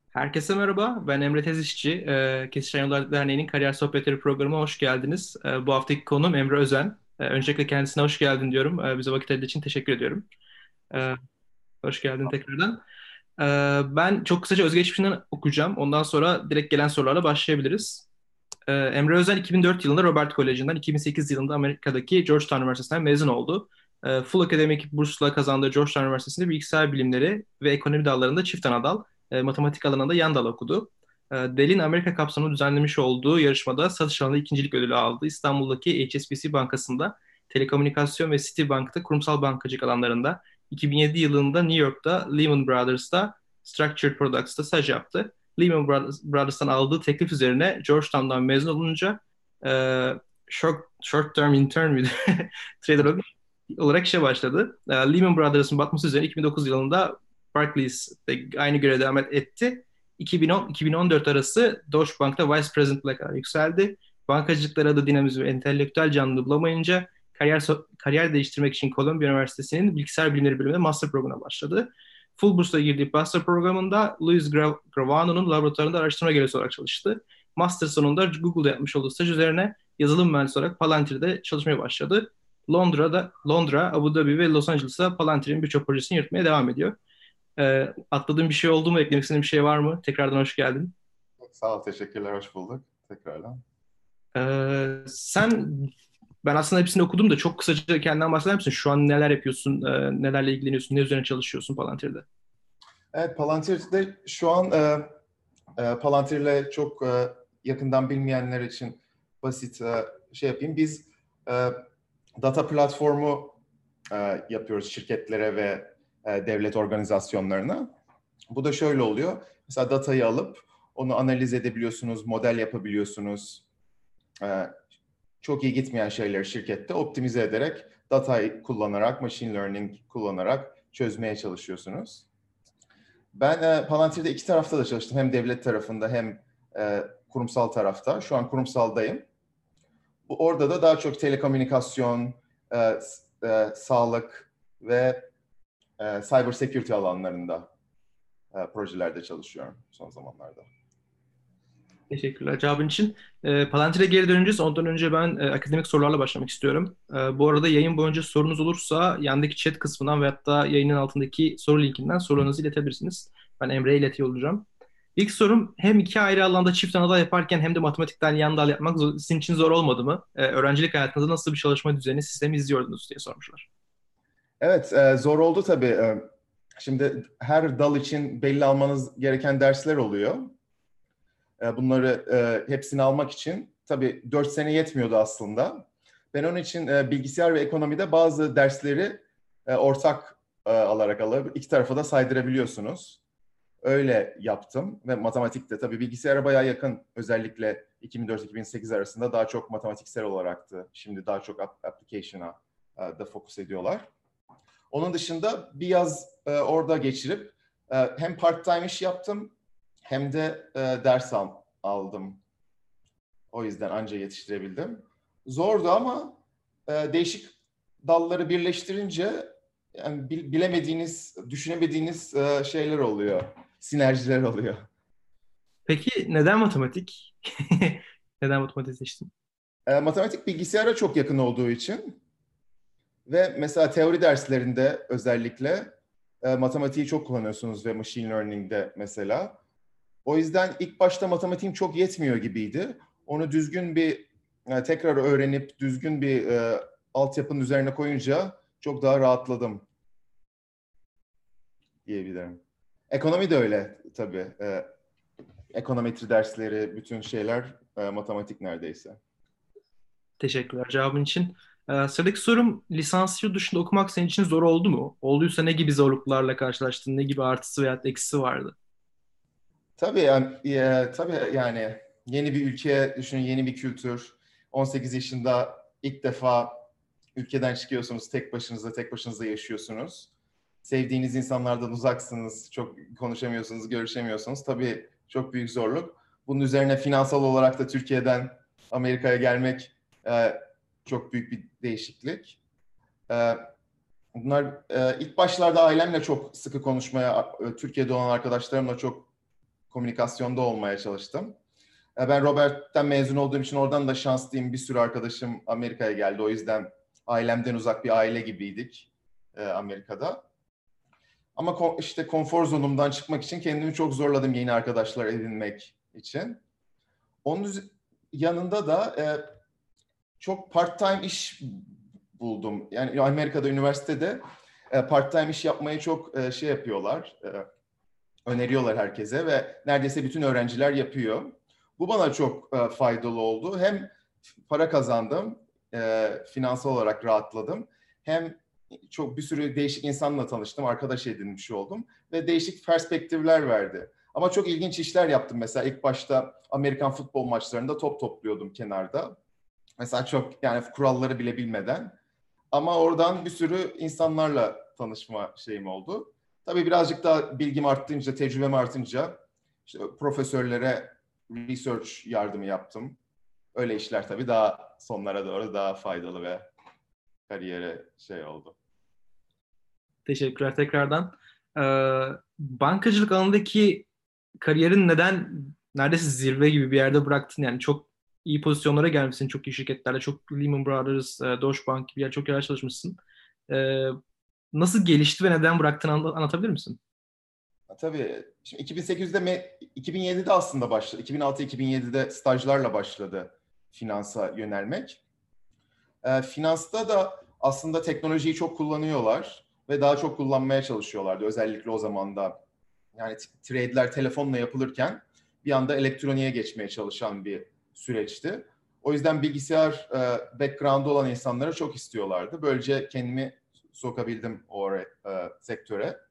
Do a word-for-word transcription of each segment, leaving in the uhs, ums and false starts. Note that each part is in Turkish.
Herkese merhaba, ben Emre Tezişçi. Ee, Kesişen Yollar Derneği'nin Kariyer Sohbetleri programına hoş geldiniz. Ee, bu haftaki konuğum Emre Özen. Ee, öncelikle kendisine hoş geldin diyorum. Ee, bize vakit ayırdığı için teşekkür ediyorum. Ee, Hoş geldin tekrardan. Ee, ben çok kısaca özgeçmişinden okuyacağım. Ondan sonra direkt gelen sorularla başlayabiliriz. Ee, Emre Özen iki bin dört yılında Robert Koleji'nden, iki bin sekiz yılında Amerika'daki Georgetown Üniversitesi'nden mezun oldu. Ee, full akademik bursla kazandığı Georgetown Üniversitesi'nde bilgisayar bilimleri ve ekonomi dallarında çift ana dal, e, matematik alanında yan dal okudu. Ee, Dell'in Amerika kapsamında düzenlemiş olduğu yarışmada satış alanında ikincilik ödülü aldı. İstanbul'daki H S B C Bankası'nda telekomünikasyon ve Citibank'ta kurumsal bankacılık alanlarında, iki bin yedi yılında New York'ta Lehman Brothers'ta Structured Products'ta staj yaptı. Lehman Brothers- Brothers'tan aldığı teklif üzerine Georgetown'dan mezun olunca e, short, short term intern müydü? Trader olarak olarak işe başladı. E, Lehman Brothers'ın batması üzerine iki bin dokuz yılında Barclays'te aynı göreve devam etti. iki bin on-iki bin on dört arası Deutsche Bank'ta Vice President'e kadar yükseldi. Bankacılıklara da dinamizm ve entelektüel canlılığı bulamayınca kariyer, so- kariyer değiştirmek için Columbia Üniversitesi'nin bilgisayar bilimleri bölümünde master programına başladı. Full bursla girdiği master programında Luis Gra- Gravano'nun laboratuvarında araştırma görevlisi olarak çalıştı. Master sonunda Google'da yapmış olduğu staj üzerine yazılım mühendisi olarak Palantir'de çalışmaya başladı. Londra'da, Londra, Abu Dhabi ve Los Angeles'ta Palantir'in birçok projesini yürütmeye devam ediyor. Ee, atladığım bir şey oldu mu? Eklemek istediğin bir şey var mı? Tekrardan hoş geldin. Sağ ol, teşekkürler, hoş bulduk tekrardan. Ee, sen, ben aslında hepsini okudum da çok kısaca kendinden bahseder misin? Şu an neler yapıyorsun, e, nelerle ilgileniyorsun, ne üzerine çalışıyorsun Palantir'de? Evet, Palantir'de şu an e, e, Palantir'le çok e, yakından bilmeyenler için basit e, şey yapayım. Biz e, data platformu e, yapıyoruz şirketlere ve e, devlet organizasyonlarına. Bu da şöyle oluyor. Mesela datayı alıp onu analiz edebiliyorsunuz, model yapabiliyorsunuz. E, Çok iyi gitmeyen şeyleri şirkette optimize ederek, datayı kullanarak, machine learning kullanarak çözmeye çalışıyorsunuz. Ben e, Palantir'de iki tarafta da çalıştım. Hem devlet tarafında hem e, kurumsal tarafta. Şu an kurumsaldayım. Bu, orada da daha çok telekomünikasyon, e, e, sağlık ve e, cyber security alanlarında e, projelerde çalışıyorum son zamanlarda. Teşekkürler cevabın için. E, Palantir'e geri döneceğiz. Ondan önce ben e, akademik sorularla başlamak istiyorum. E, bu arada yayın boyunca sorunuz olursa yandaki chat kısmından veyahut da yayının altındaki soru linkinden sorularınızı iletebilirsiniz. Ben Emre'ye iletiyor olacağım. İlk sorum, hem iki ayrı alanda çift anadal yaparken hem de matematikten yan dal yapmak zor- sizin için zor olmadı mı? E, öğrencilik hayatınızda nasıl bir çalışma düzeni, sistemi izliyordunuz diye sormuşlar. Evet, e, zor oldu tabii. E, Şimdi her dal için belli almanız gereken dersler oluyor. E, Bunları e, hepsini almak için tabii dört sene yetmiyordu aslında. Ben onun için e, bilgisayar ve ekonomide bazı dersleri e, ortak e, alarak alıp iki tarafa da saydırabiliyorsunuz. Öyle yaptım ve matematikte tabii bilgisayara bayağı yakın, özellikle iki bin dört iki bin sekiz arasında daha çok matematiksel olaraktı. Şimdi daha çok application'a e, da fokus ediyorlar. Onun dışında bir yaz e, orada geçirip e, hem part-time iş yaptım hem de e, ders al, aldım. O yüzden anca yetiştirebildim. Zordu ama e, değişik dalları birleştirince yani bilemediğiniz, düşünemediğiniz e, şeyler oluyor. Sinerjiler oluyor. Peki neden matematik? Neden matematik seçtin? E, matematik bilgisayara çok yakın olduğu için ve mesela teori derslerinde özellikle e, matematiği çok kullanıyorsunuz ve machine learning'de mesela. O yüzden ilk başta matematiğim çok yetmiyor gibiydi. Onu düzgün bir e, tekrar öğrenip düzgün bir e, altyapının üzerine koyunca çok daha rahatladım diyebilirim. Ekonomi de öyle tabii. E, ekonometri dersleri, bütün şeyler e, matematik neredeyse. Teşekkürler cevabın için. Ee, sıradaki sorum, lisans yurt dışında okumak senin için zor oldu mu? Olduysa ne gibi zorluklarla karşılaştın? Ne gibi artısı veya eksisi vardı? Tabii yani, e, tabii yani yeni bir ülke düşünün, yeni bir kültür. on sekiz yaşında ilk defa ülkeden çıkıyorsunuz, tek başınıza, tek başınıza yaşıyorsunuz. Sevdiğiniz insanlardan uzaksınız, çok konuşamıyorsunuz, görüşemiyorsunuz. Tabii çok büyük zorluk. Bunun üzerine finansal olarak da Türkiye'den Amerika'ya gelmek e, çok büyük bir değişiklik. E, Bunlar e, ilk başlarda ailemle çok sıkı konuşmaya, e, Türkiye'de olan arkadaşlarımla çok komünikasyonda olmaya çalıştım. E, ben Robert'ten mezun olduğum için oradan da şanslıyım. Bir sürü arkadaşım Amerika'ya geldi. O yüzden ailemden uzak bir aile gibiydik e, Amerika'da. Ama ko- işte konfor zonumdan çıkmak için kendimi çok zorladım yeni arkadaşlar edinmek için. Onun üz- yanında da e, çok part-time iş buldum. Yani Amerika'da üniversitede e, part-time iş yapmayı çok e, şey yapıyorlar, e, öneriyorlar herkese ve neredeyse bütün öğrenciler yapıyor. Bu bana çok e, faydalı oldu. Hem para kazandım, e, finansal olarak rahatladım. Hem çok bir sürü değişik insanla tanıştım, arkadaş edinmiş oldum ve değişik perspektifler verdi. Ama çok ilginç işler yaptım. Mesela ilk başta Amerikan futbol maçlarında top topluyordum kenarda. Mesela çok yani kuralları bile bilmeden. Ama oradan bir sürü insanlarla tanışma şeyim oldu. Tabii birazcık daha bilgim arttınca, tecrübem artınca işte profesörlere research yardımı yaptım. Öyle işler tabii daha sonlara doğru daha faydalı ve kariyere şey oldu. Teşekkürler tekrardan. Ee, bankacılık alanındaki kariyerin neden neredeyse zirve gibi bir yerde bıraktın? Yani çok iyi pozisyonlara gelmişsin. Çok iyi şirketlerde, çok Lehman Brothers, e, Deutsche Bank gibi yer, çok yer çalışmışsın. Ee, nasıl gelişti ve neden bıraktığını anla- anlatabilir misin? Tabii. Şimdi iki bin sekizde, iki bin yedide aslında başladı. iki bin altı iki bin yedide stajlarla başladı finansa yönelmek. E, finansta da aslında teknolojiyi çok kullanıyorlar ve daha çok kullanmaya çalışıyorlardı. Özellikle o zaman da yani trade'ler telefonla yapılırken bir anda elektroniğe geçmeye çalışan bir süreçti. O yüzden bilgisayar e, background'u olan insanları çok istiyorlardı. Böylece kendimi sokabildim o e, sektöre.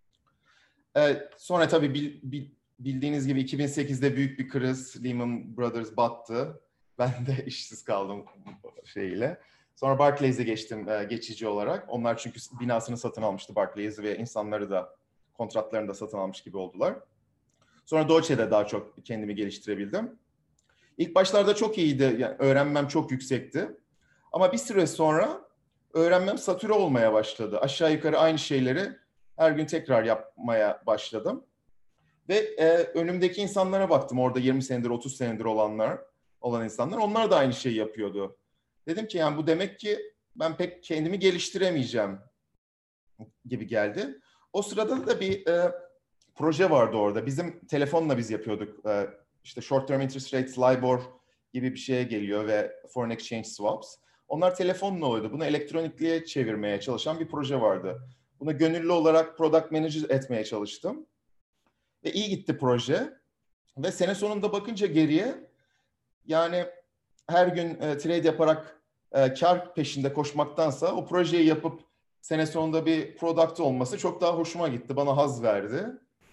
E, sonra tabii bil, bil, bildiğiniz gibi iki bin sekizde büyük bir kriz, Lehman Brothers battı. Ben de işsiz kaldım şeyle. Sonra Barclays'e geçtim e, geçici olarak. Onlar çünkü binasını satın almıştı Barclays ve insanları da kontratlarını da satın almış gibi oldular. Sonra Deutsche'de daha çok kendimi geliştirebildim. İlk başlarda çok iyiydi. Yani öğrenmem çok yüksekti. Ama bir süre sonra öğrenmem satüre olmaya başladı. Aşağı yukarı aynı şeyleri her gün tekrar yapmaya başladım. Ve e, önümdeki insanlara baktım. Orada yirmi senedir, otuz senedir olanlar, olan insanlar. Onlar da aynı şeyi yapıyordu. Dedim ki yani bu demek ki ben pek kendimi geliştiremeyeceğim gibi geldi. O sırada da bir e, proje vardı orada. Bizim telefonla biz yapıyorduk. E, işte short term interest rates, LIBOR gibi bir şeye geliyor ve foreign exchange swaps. Onlar telefonla oluyordu. Bunu elektronikliğe çevirmeye çalışan bir proje vardı. Buna gönüllü olarak product manager etmeye çalıştım. Ve iyi gitti proje. Ve sene sonunda bakınca geriye yani her gün e, trade yaparak e, kar peşinde koşmaktansa o projeyi yapıp sene sonunda bir product olması çok daha hoşuma gitti. Bana haz verdi.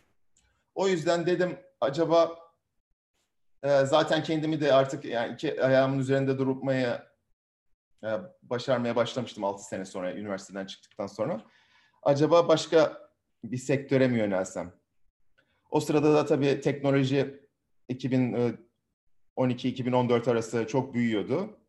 O yüzden dedim acaba e, zaten kendimi de artık yani iki ayağımın üzerinde durmaya e, başarmaya başlamıştım altı sene sonra üniversiteden çıktıktan sonra. Acaba başka bir sektöre mi yönelsem? O sırada da tabii teknoloji iki bin on iki iki bin on dört arası çok büyüyordu.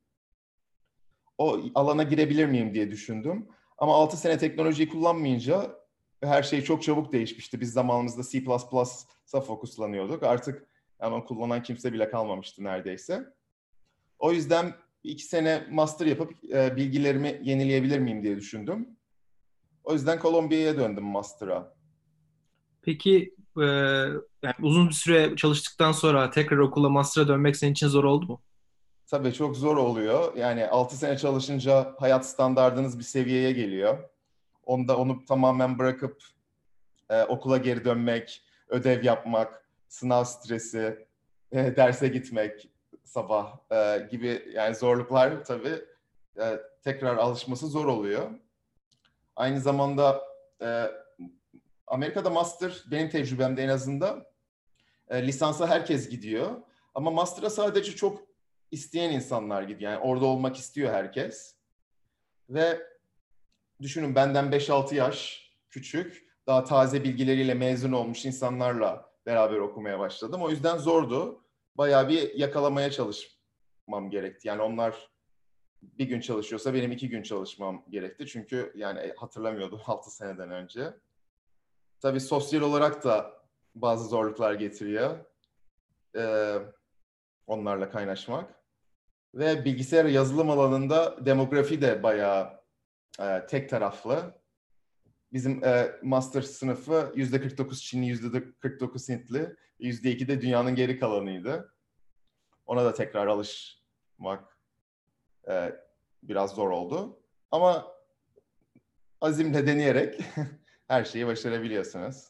O alana girebilir miyim diye düşündüm. Ama altı sene teknolojiyi kullanmayınca her şey çok çabuk değişmişti. Biz zamanımızda C plus plus'a fokuslanıyorduk. Artık ama kullanan kimse bile kalmamıştı neredeyse. O yüzden iki sene master yapıp e, bilgilerimi yenileyebilir miyim diye düşündüm. O yüzden Kolombiya'ya döndüm master'a. Peki e, yani uzun bir süre çalıştıktan sonra tekrar okula, master'a dönmek senin için zor oldu mu? Tabii çok zor oluyor. Yani altı sene çalışınca hayat standardınız bir seviyeye geliyor. Onda onu tamamen bırakıp e, okula geri dönmek, ödev yapmak, sınav stresi, e, derse gitmek sabah e, gibi yani zorluklar tabii e, tekrar alışması zor oluyor. Aynı zamanda e, Amerika'da master benim tecrübemde en azından e, lisansa herkes gidiyor. Ama master'a sadece çok isteyen insanlar gidiyor. Yani orada olmak istiyor herkes. Ve düşünün benden beş altı yaş küçük, daha taze bilgileriyle mezun olmuş insanlarla beraber okumaya başladım. O yüzden zordu. Bayağı bir yakalamaya çalışmam gerekti. Yani onlar bir gün çalışıyorsa benim iki gün çalışmam gerekti. Çünkü yani hatırlamıyordum altı seneden önce. Tabii sosyal olarak da bazı zorluklar getiriyor. Ee, onlarla kaynaşmak. Ve bilgisayar yazılım alanında demografi de bayağı e, tek taraflı. Bizim e, master sınıfı yüzde kırk dokuz Çinli, yüzde kırk dokuz Hintli, yüzde iki de dünyanın geri kalanıydı. Ona da tekrar alışmak e, biraz zor oldu. Ama azimle deneyerek her şeyi başarabiliyorsunuz.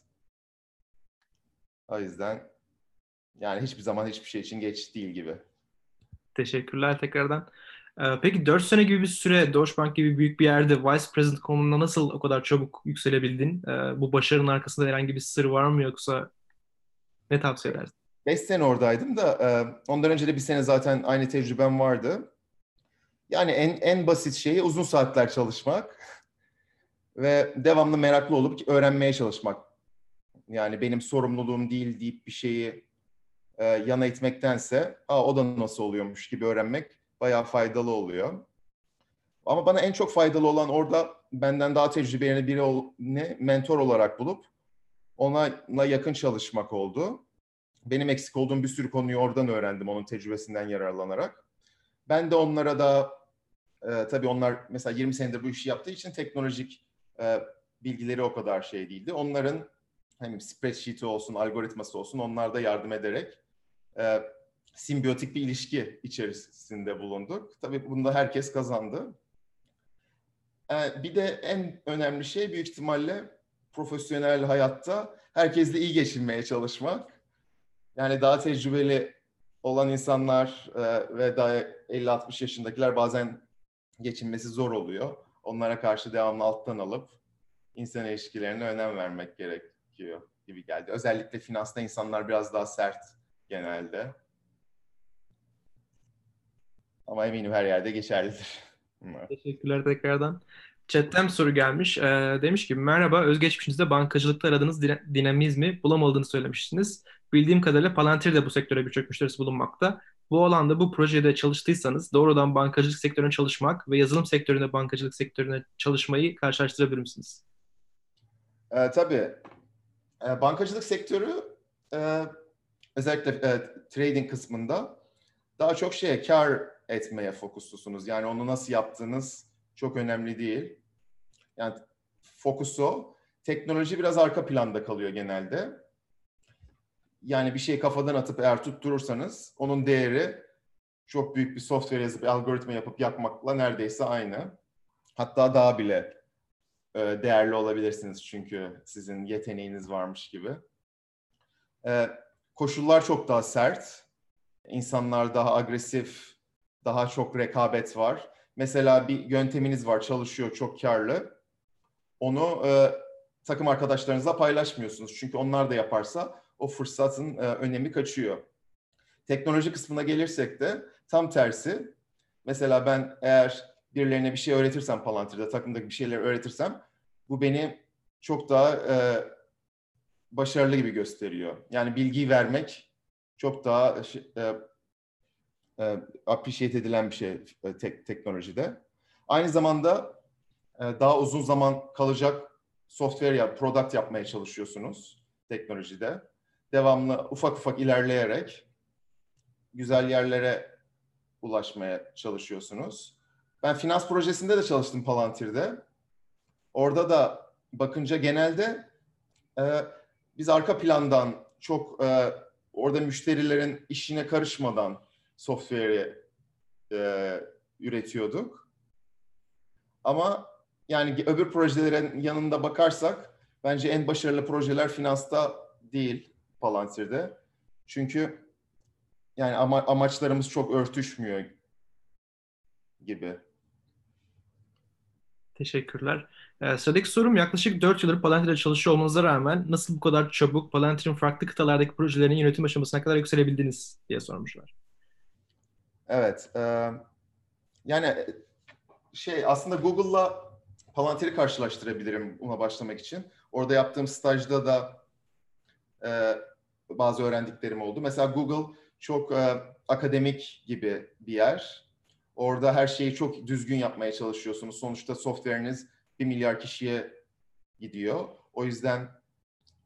O yüzden yani hiçbir zaman hiçbir şey için geç değil gibi. Teşekkürler tekrardan. Ee, peki dört sene gibi bir süre Deutsche Bank gibi büyük bir yerde Vice President konumuna nasıl o kadar çabuk yükselebildin? Ee, bu başarının arkasında herhangi bir sır var mı yoksa ne tavsiye edersin? Beş sene oradaydım da e, ondan önce de bir sene zaten aynı tecrübem vardı. Yani en en basit şeyi uzun saatler çalışmak ve devamlı meraklı olup öğrenmeye çalışmak. Yani benim sorumluluğum değil deyip bir şeyi e, yana itmektense, Aa, o da nasıl oluyormuş gibi öğrenmek bayağı faydalı oluyor. Ama bana en çok faydalı olan orada benden daha tecrübeli birini mentor olarak bulup onunla yakın çalışmak oldu. Benim eksik olduğum bir sürü konuyu oradan öğrendim, onun tecrübesinden yararlanarak. Ben de onlara da e, tabii onlar mesela yirmi senedir bu işi yaptığı için teknolojik e, bilgileri o kadar şey değildi. Onların hem spreadsheet'i olsun, algoritması olsun onlarda yardım ederek e, simbiyotik bir ilişki içerisinde bulunduk. Tabii bunda herkes kazandı. E, bir de en önemli şey büyük ihtimalle profesyonel hayatta herkesle iyi geçinmeye çalışmak. Yani daha tecrübeli olan insanlar e, ve daha elli altmış yaşındakiler bazen geçinmesi zor oluyor. Onlara karşı devamlı alttan alıp insan ilişkilerine önem vermek gerekiyor gibi geldi. Özellikle finansta insanlar biraz daha sert genelde. Ama eminim her yerde geçerlidir. Teşekkürler tekrardan. Chat'ten bir soru gelmiş. Ee, demiş ki merhaba, özgeçmişinizde bankacılıkta aradığınız dina- dinamizmi bulamadığını söylemiştiniz. Bildiğim kadarıyla Palantir de bu sektöre birçok müşterisi bulunmakta. Bu alanda bu projede çalıştıysanız doğrudan bankacılık sektörüne çalışmak ve yazılım sektöründe bankacılık sektörüne çalışmayı karşılaştırabilir misiniz? E, tabii. E, bankacılık sektörü e, özellikle e, trading kısmında daha çok şeye kar etmeye fokuslusunuz. Yani onu nasıl yaptığınız çok önemli değil. Yani fokus o. Teknoloji biraz arka planda kalıyor genelde. Yani bir şeyi kafadan atıp eğer tutturursanız onun değeri çok büyük bir software yazıp algoritma yapıp yapmakla neredeyse aynı. Hatta daha bile e, değerli olabilirsiniz çünkü sizin yeteneğiniz varmış gibi. E, koşullar çok daha sert. İnsanlar daha agresif, daha çok rekabet var. Mesela bir yönteminiz var, çalışıyor, çok karlı. Onu e, takım arkadaşlarınızla paylaşmıyorsunuz. Çünkü onlar da yaparsa o fırsatın e, önemi kaçıyor. Teknoloji kısmına gelirsek de tam tersi. Mesela ben eğer birilerine bir şey öğretirsem Palantir'de, takımdaki bir şeyler öğretirsem bu beni çok daha e, başarılı gibi gösteriyor. Yani bilgiyi vermek çok daha e, e, appreciate edilen bir şey e, tek, teknolojide. Aynı zamanda e, daha uzun zaman kalacak software ya product yapmaya çalışıyorsunuz teknolojide. Devamlı ufak ufak ilerleyerek güzel yerlere ulaşmaya çalışıyorsunuz. Ben finans projesinde de çalıştım Palantir'de. Orada da bakınca genelde e, biz arka plandan çok e, orada müşterilerin işine karışmadan software'i e, üretiyorduk. Ama yani öbür projelerin yanında bakarsak bence en başarılı projeler finansta değil Palantir'de. Çünkü yani ama, amaçlarımız çok örtüşmüyor gibi. Teşekkürler. Ee, sıradaki sorum yaklaşık dört yıldır Palantir'de çalışıyor olmanıza rağmen nasıl bu kadar çabuk Palantir'in farklı kıtalardaki projelerin yönetim aşamasına kadar yükselebildiniz diye sormuşlar. Evet. E, yani şey aslında Google'la Palantir'i karşılaştırabilirim buna başlamak için. Orada yaptığım stajda da e, bazı öğrendiklerim oldu. Mesela Google çok e, akademik gibi bir yer. Orada her şeyi çok düzgün yapmaya çalışıyorsunuz. Sonuçta software'iniz bir milyar kişiye gidiyor. O yüzden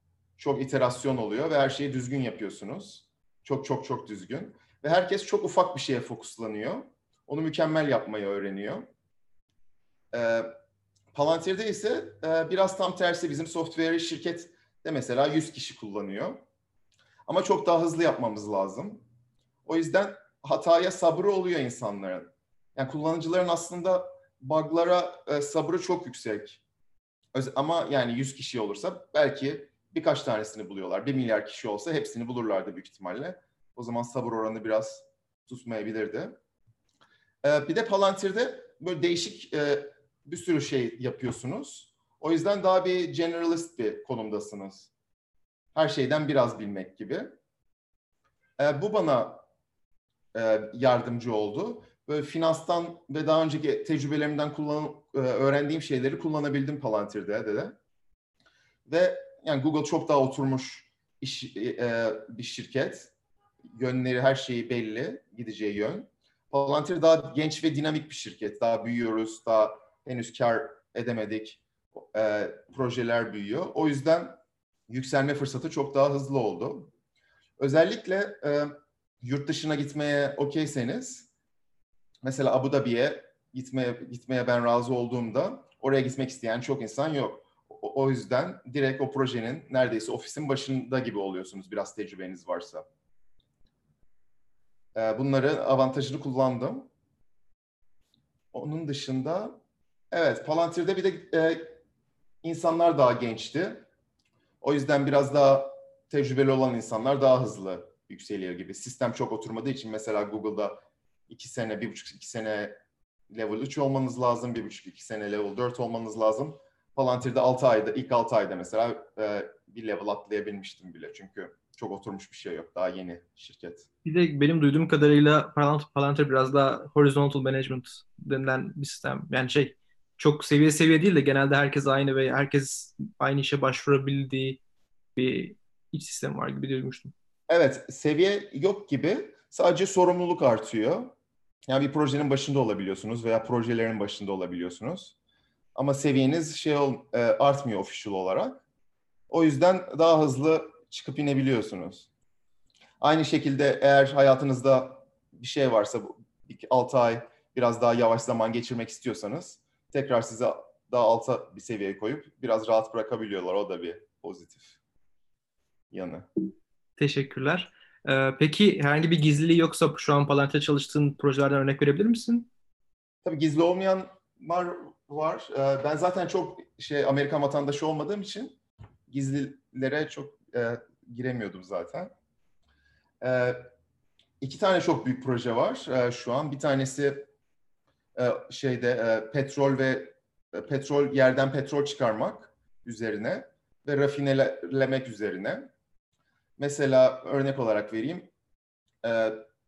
Çok iterasyon oluyor ve her şeyi düzgün yapıyorsunuz. Çok çok çok düzgün. Ve herkes çok ufak bir şeye fokuslanıyor. Onu mükemmel yapmayı öğreniyor. Ee, Palantir'de ise e, biraz tam tersi, bizim software'i şirket de mesela yüz kişi kullanıyor. Ama çok daha hızlı yapmamız lazım. O yüzden hataya sabrı oluyor insanların. Yani kullanıcıların aslında bug'lara e, sabrı çok yüksek. Öz- Ama yani yüz kişi olursa belki birkaç tanesini buluyorlar. Bir milyar kişi olsa hepsini bulurlardı büyük ihtimalle. O zaman sabır oranı biraz tutmayabilirdi. Ee, bir de Palantir'de böyle değişik e, bir sürü şey yapıyorsunuz. O yüzden daha bir generalist bir konumdasınız. Her şeyden biraz bilmek gibi. Ee, bu bana e, yardımcı oldu. Böyle finanstan ve daha önceki tecrübelerimden kullan, e, öğrendiğim şeyleri kullanabildim Palantir'de de. Ve yani Google çok daha oturmuş iş, e, bir şirket. Yönleri, her şeyi belli, gideceği yön. Palantir daha genç ve dinamik bir şirket. Daha büyüyoruz, daha henüz kar edemedik. E, projeler büyüyor. O yüzden yükselme fırsatı çok daha hızlı oldu. Özellikle e, yurt dışına gitmeye okeyseniz, mesela Abu Dhabi'ye gitmeye, gitmeye ben razı olduğumda oraya gitmek isteyen çok insan yok. O, o yüzden direkt o projenin neredeyse ofisin başında gibi oluyorsunuz biraz tecrübeniz varsa. E, bunları avantajını kullandım. Onun dışında evet, Palantir'de bir de e, insanlar daha gençti. O yüzden biraz daha tecrübeli olan insanlar daha hızlı yükseliyor gibi. Sistem çok oturmadığı için mesela Google'da iki sene, bir buçuk iki sene level üç olmanız lazım, bir buçuk iki sene level dört olmanız lazım. Palantir'de altı ayda, ilk altı ayda mesela e, bir level atlayabilmiştim bile. Çünkü çok oturmuş bir şey yok. Daha yeni şirket. Bir de benim duyduğum kadarıyla Palantir, Palantir biraz daha horizontal management denilen bir sistem. Yani şey, çok seviye seviye değil de genelde herkes aynı ve herkes aynı işe başvurabildiği bir iç sistem var gibi duymuştum. Evet, seviye yok gibi. Sadece sorumluluk artıyor. Yani bir projenin başında olabiliyorsunuz veya projelerin başında olabiliyorsunuz. Ama seviyeniz şey ol, e, artmıyor official olarak. O yüzden daha hızlı çıkıp inebiliyorsunuz. Aynı şekilde eğer hayatınızda bir şey varsa, altı ay biraz daha yavaş zaman geçirmek istiyorsanız tekrar size daha alta bir seviyeye koyup biraz rahat bırakabiliyorlar. O da bir pozitif yanı. Teşekkürler. Ee, peki herhangi bir gizliliği yoksa şu an Palantir'de çalıştığın projelerden örnek verebilir misin? Tabii gizli olmayanlar var. Ee, Ben zaten çok şey Amerikan vatandaşı olmadığım için gizlilere çok e, giremiyordum zaten. Ee, iki tane çok büyük proje var e, şu an. Bir tanesi e, şeyde e, petrol ve e, petrol yerden petrol çıkarmak üzerine ve rafinelemek üzerine. Mesela örnek olarak vereyim. E,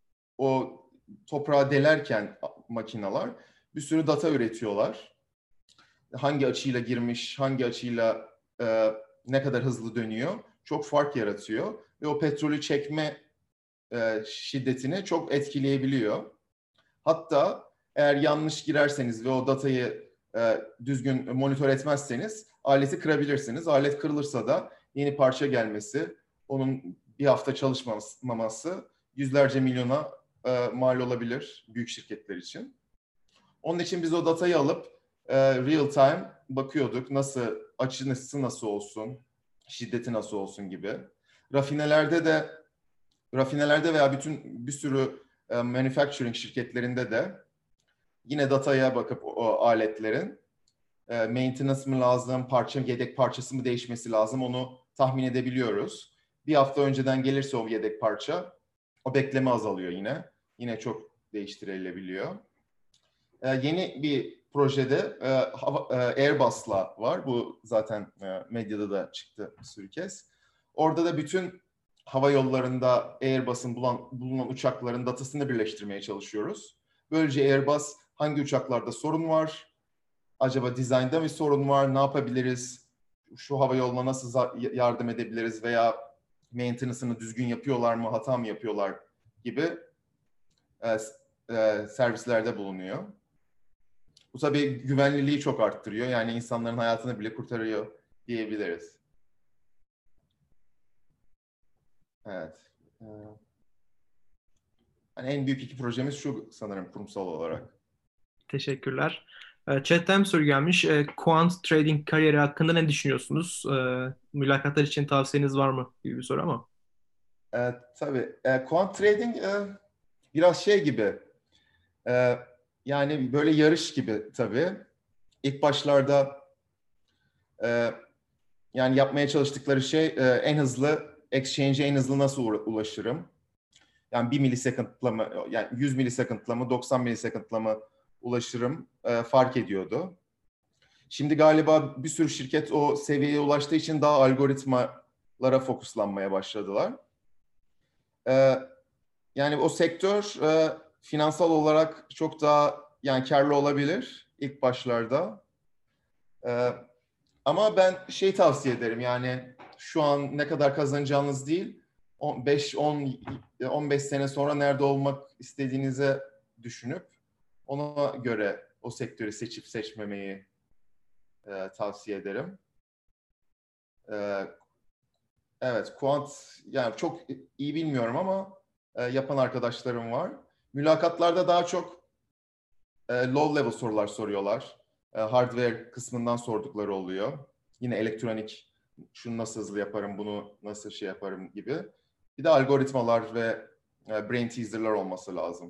O toprağı delerken makineler bir sürü data üretiyorlar. Hangi açıyla girmiş, hangi açıyla e, ne kadar hızlı dönüyor çok fark yaratıyor ve o petrolü çekme e, şiddetini çok etkileyebiliyor. Hatta eğer yanlış girerseniz ve o datayı e, düzgün monitör etmezseniz aleti kırabilirsiniz. Alet kırılırsa da yeni parça gelmesi, onun bir hafta çalışmaması yüzlerce milyona e, mal olabilir büyük şirketler için. Onun için biz o datayı alıp e, real time bakıyorduk. Nasıl, açısı nasıl olsun, şiddeti nasıl olsun gibi. Rafinelerde de rafinelerde veya bütün bir sürü e, manufacturing şirketlerinde de yine dataya bakıp o, o aletlerin e, maintenance mı lazım, parça yedek parçası mı değişmesi lazım onu tahmin edebiliyoruz. Bir hafta önceden gelirse o yedek parça o bekleme azalıyor yine. Yine çok değiştirilebiliyor. E, yeni bir projede e, hava, e, Airbus'la var. Bu zaten e, medyada da çıktı bir sürü kez. Orada da bütün hava yollarında Airbus'un bulan, bulunan uçakların datasını birleştirmeye çalışıyoruz. Böylece Airbus hangi uçaklarda sorun var, acaba dizaynda mı sorun var, ne yapabiliriz, şu hava yoluna nasıl yardım edebiliriz veya maintenance'ını düzgün yapıyorlar mı, hata mı yapıyorlar gibi e, e, servislerde bulunuyor. Bu tabii güvenliliği çok arttırıyor. Yani insanların hayatını bile kurtarıyor diyebiliriz. Evet. Ee, yani en büyük iki projemiz şu sanırım kurumsal olarak. Teşekkürler. E, Chat'ten bir soru gelmiş. E, Quant Trading kariyeri hakkında ne düşünüyorsunuz? E, Mülakatlar için tavsiyeniz var mı gibi bir soru ama. Ee, tabii. E, quant trading e, biraz şey gibi. E, yani böyle yarış gibi tabii. İlk başlarda e, yani yapmaya çalıştıkları şey e, en hızlı exchange'e en hızlı nasıl ulaşırım? Yani bir milisekundla mı, yani yüz milisekundla mı, doksan milisekundla mı ulaşırım e, fark ediyordu. Şimdi galiba bir sürü şirket o seviyeye ulaştığı için daha algoritmalara fokuslanmaya başladılar. E, yani o sektör e, finansal olarak çok daha yani karlı olabilir ilk başlarda. E, ama ben şey tavsiye ederim yani şu an ne kadar kazanacağınız değil, beş on on beş sene sonra nerede olmak istediğinize düşünüp ona göre o sektörü seçip seçmemeyi e, tavsiye ederim. E, evet, Quant yani çok iyi bilmiyorum ama e, yapan arkadaşlarım var. Mülakatlarda daha çok e, low level sorular soruyorlar. E, hardware kısmından sordukları oluyor. Yine elektronik, şunu nasıl hızlı yaparım, bunu nasıl şey yaparım gibi. Bir de algoritmalar ve e, brain teaser'lar olması lazım.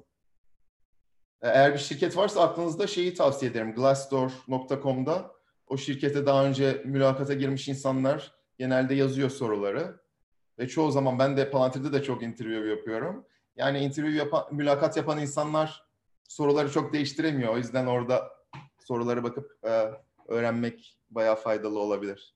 E, eğer bir şirket varsa aklınızda şeyi tavsiye ederim. glassdoor nokta com'da o şirkete daha önce mülakata girmiş insanlar genelde yazıyor soruları. Ve çoğu zaman ben de Palantir'de de çok interview yapıyorum. Yani interview yapan, mülakat yapan insanlar soruları çok değiştiremiyor. O yüzden orada sorulara bakıp e, öğrenmek bayağı faydalı olabilir.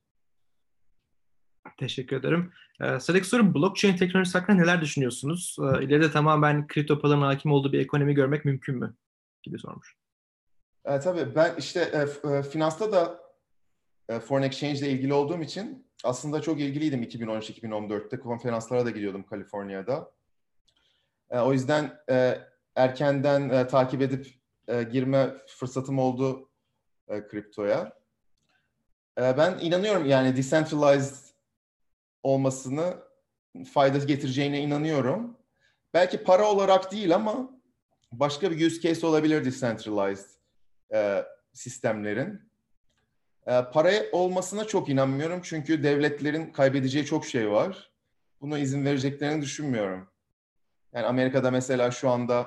Teşekkür ederim. Ee, sıradaki soru blockchain teknolojisi hakkında neler düşünüyorsunuz? Ee, ileride tamamen kripto paraların hakim olduğu bir ekonomi görmek mümkün mü? Gibi sormuş. E, tabii ben işte e, e, finansta da e, foreign exchange ile ilgili olduğum için aslında çok ilgiliydim iki bin on üç iki bin on dörtte. Konferanslara da gidiyordum Kaliforniya'da. E, o yüzden e, erkenden e, takip edip e, girme fırsatım oldu e, kriptoya. E, ben inanıyorum yani decentralized olmasını fayda getireceğine inanıyorum. Belki para olarak değil ama başka bir use case olabilir decentralized e, sistemlerin. E, para olmasına çok inanmıyorum çünkü devletlerin kaybedeceği çok şey var. Buna izin vereceklerini düşünmüyorum. Yani Amerika'da mesela şu anda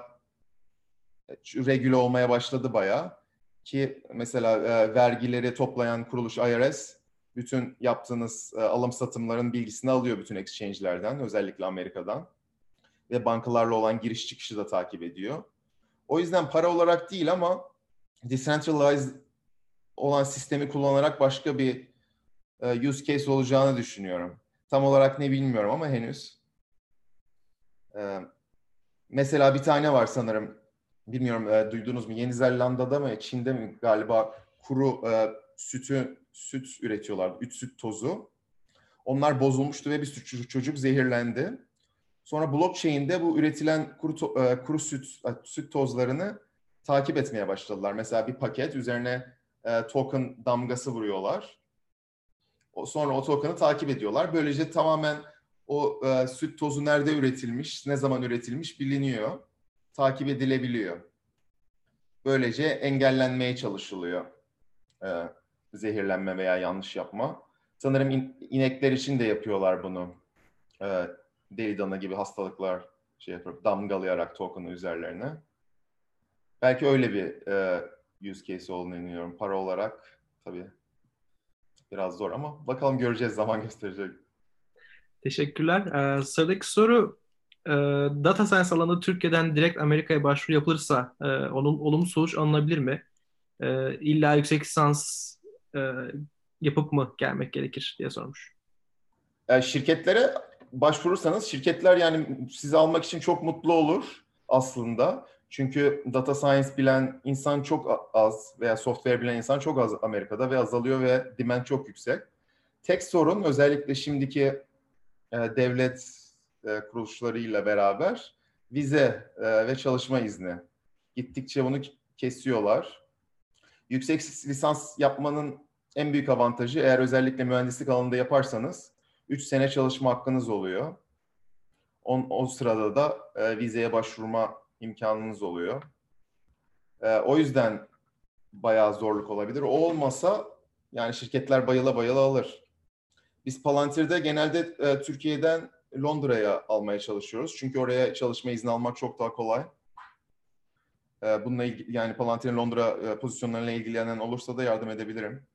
regüle olmaya başladı bayağı. Ki mesela e, vergileri toplayan kuruluş I R S bütün yaptığınız e, alım satımların bilgisini alıyor bütün exchange'lerden, özellikle Amerika'dan. Ve bankalarla olan giriş çıkışı da takip ediyor. O yüzden para olarak değil ama decentralized olan sistemi kullanarak başka bir e, use case olacağını düşünüyorum. Tam olarak ne bilmiyorum ama henüz. E, mesela bir tane var sanırım. Bilmiyorum e, duydunuz mu? Yeni Zelanda'da mı, Çin'de mi galiba kuru e, sütü süt üretiyorlar. Üç süt tozu. Onlar bozulmuştu ve bir sürü çocuk zehirlendi. Sonra blockchain'de bu üretilen kuru, to- e, kuru süt süt tozlarını takip etmeye başladılar. Mesela bir paket üzerine e, token damgası vuruyorlar. O, sonra o token'ı takip ediyorlar. Böylece tamamen o e, süt tozu nerede üretilmiş, ne zaman üretilmiş biliniyor. Takip edilebiliyor. Böylece engellenmeye çalışılıyor e, zehirlenme veya yanlış yapma. Sanırım in, inekler için de yapıyorlar bunu. E, deli dana gibi hastalıklar şey yapıp damgalayarak token'ı üzerlerine. Belki öyle bir e, use case olduğunu inanıyorum. Para olarak tabii biraz zor ama bakalım göreceğiz, zaman gösterecek. Teşekkürler. Ee, sıradaki soru e, data science alanında Türkiye'den direkt Amerika'ya başvuru yapılırsa e, onun olumlu sonuç alınabilir mi? E, illa yüksek lisans e, yapıp mı gelmek gerekir diye sormuş. E, şirketlere başvurursanız şirketler yani sizi almak için çok mutlu olur aslında. Çünkü data science bilen insan çok az veya software bilen insan çok az Amerika'da ve azalıyor ve demand çok yüksek. Tek sorun özellikle şimdiki e, devlet e, kuruluşlarıyla beraber vize e, ve çalışma izni. Gittikçe bunu kesiyorlar. Yüksek lisans yapmanın en büyük avantajı, eğer özellikle mühendislik alanında yaparsanız üç sene çalışma hakkınız oluyor. On, o sırada da e, vizeye başvurma imkanınız oluyor. E, o yüzden bayağı zorluk olabilir. O olmasa yani şirketler bayıla bayıla alır. Biz Palantir'de genelde e, Türkiye'den Londra'ya almaya çalışıyoruz. Çünkü oraya çalışma izni almak çok daha kolay. E, bununla ilgili, yani Palantir'in Londra e, pozisyonlarıyla ilgilenen olursa da yardım edebilirim.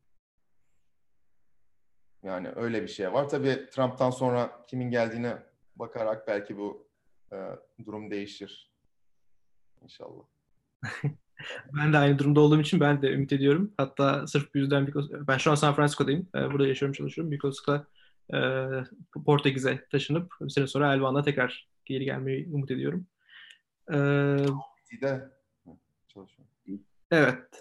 Yani öyle bir şey var. Tabii Trump'tan sonra kimin geldiğine bakarak belki bu e, durum değişir. İnşallah. Ben de aynı durumda olduğum için ben de ümit ediyorum. Hatta sırf bu yüzden Bicos- ben şu an San Francisco'dayım. Ee, burada yaşıyorum, çalışıyorum. Bicos'la e, Portekiz'e taşınıp bir sene sonra Elvan'a tekrar geri gelmeyi umut ediyorum. Ee, Bir de çalışıyorum. evet.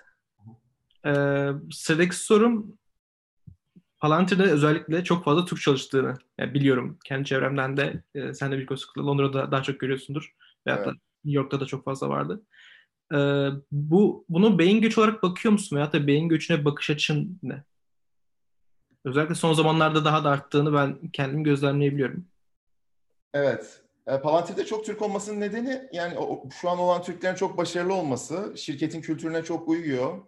Ee, sıradaki sorum, Palantir'de özellikle çok fazla Türk çalıştığını yani biliyorum. Kendi çevremden de e, sen de Bicos'la Londra'da daha çok görüyorsundur. Ve hatta Evet. New York'ta da çok fazla vardı. Ee, bu bunu beyin göçü olarak bakıyor musun? Veyahut da beyin göçüne bakış açın ne? Özellikle son zamanlarda daha da arttığını ben kendim gözlemleyebiliyorum. Evet. E, Palantir'de çok Türk olmasının nedeni yani o, şu an olan Türklerin çok başarılı olması, şirketin kültürüne çok uyuyor.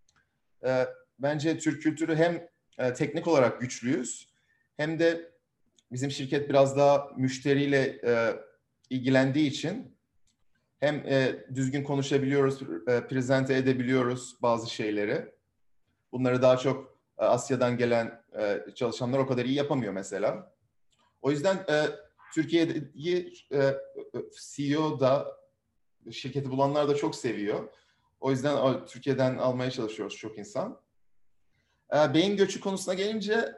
E, bence Türk kültürü hem e, teknik olarak güçlüyüz hem de bizim şirket biraz daha müşteriyle e, ilgilendiği için hem e, düzgün konuşabiliyoruz, e, prezente edebiliyoruz bazı şeyleri. Bunları daha çok e, Asya'dan gelen e, çalışanlar o kadar iyi yapamıyor mesela. O yüzden e, Türkiye'yi e, C E O da şirketi bulanlar da çok seviyor. O yüzden o, Türkiye'den almaya çalışıyoruz çok insan. E, beyin göçü konusuna gelince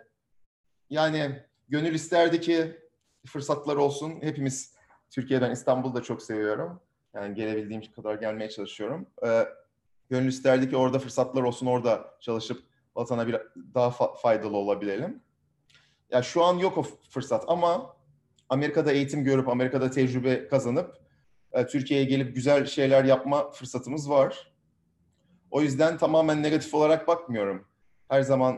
yani gönül isterdi ki fırsatlar olsun. Hepimiz Türkiye, ben İstanbul'da çok seviyorum. Yani gelebildiğim kadar gelmeye çalışıyorum. E, gönül isterdi ki orada fırsatlar olsun, orada çalışıp vatana bir daha fa- faydalı olabilelim. Ya şu an yok o fırsat ama Amerika'da eğitim görüp Amerika'da tecrübe kazanıp e, Türkiye'ye gelip güzel şeyler yapma fırsatımız var. O yüzden tamamen negatif olarak bakmıyorum. Her zaman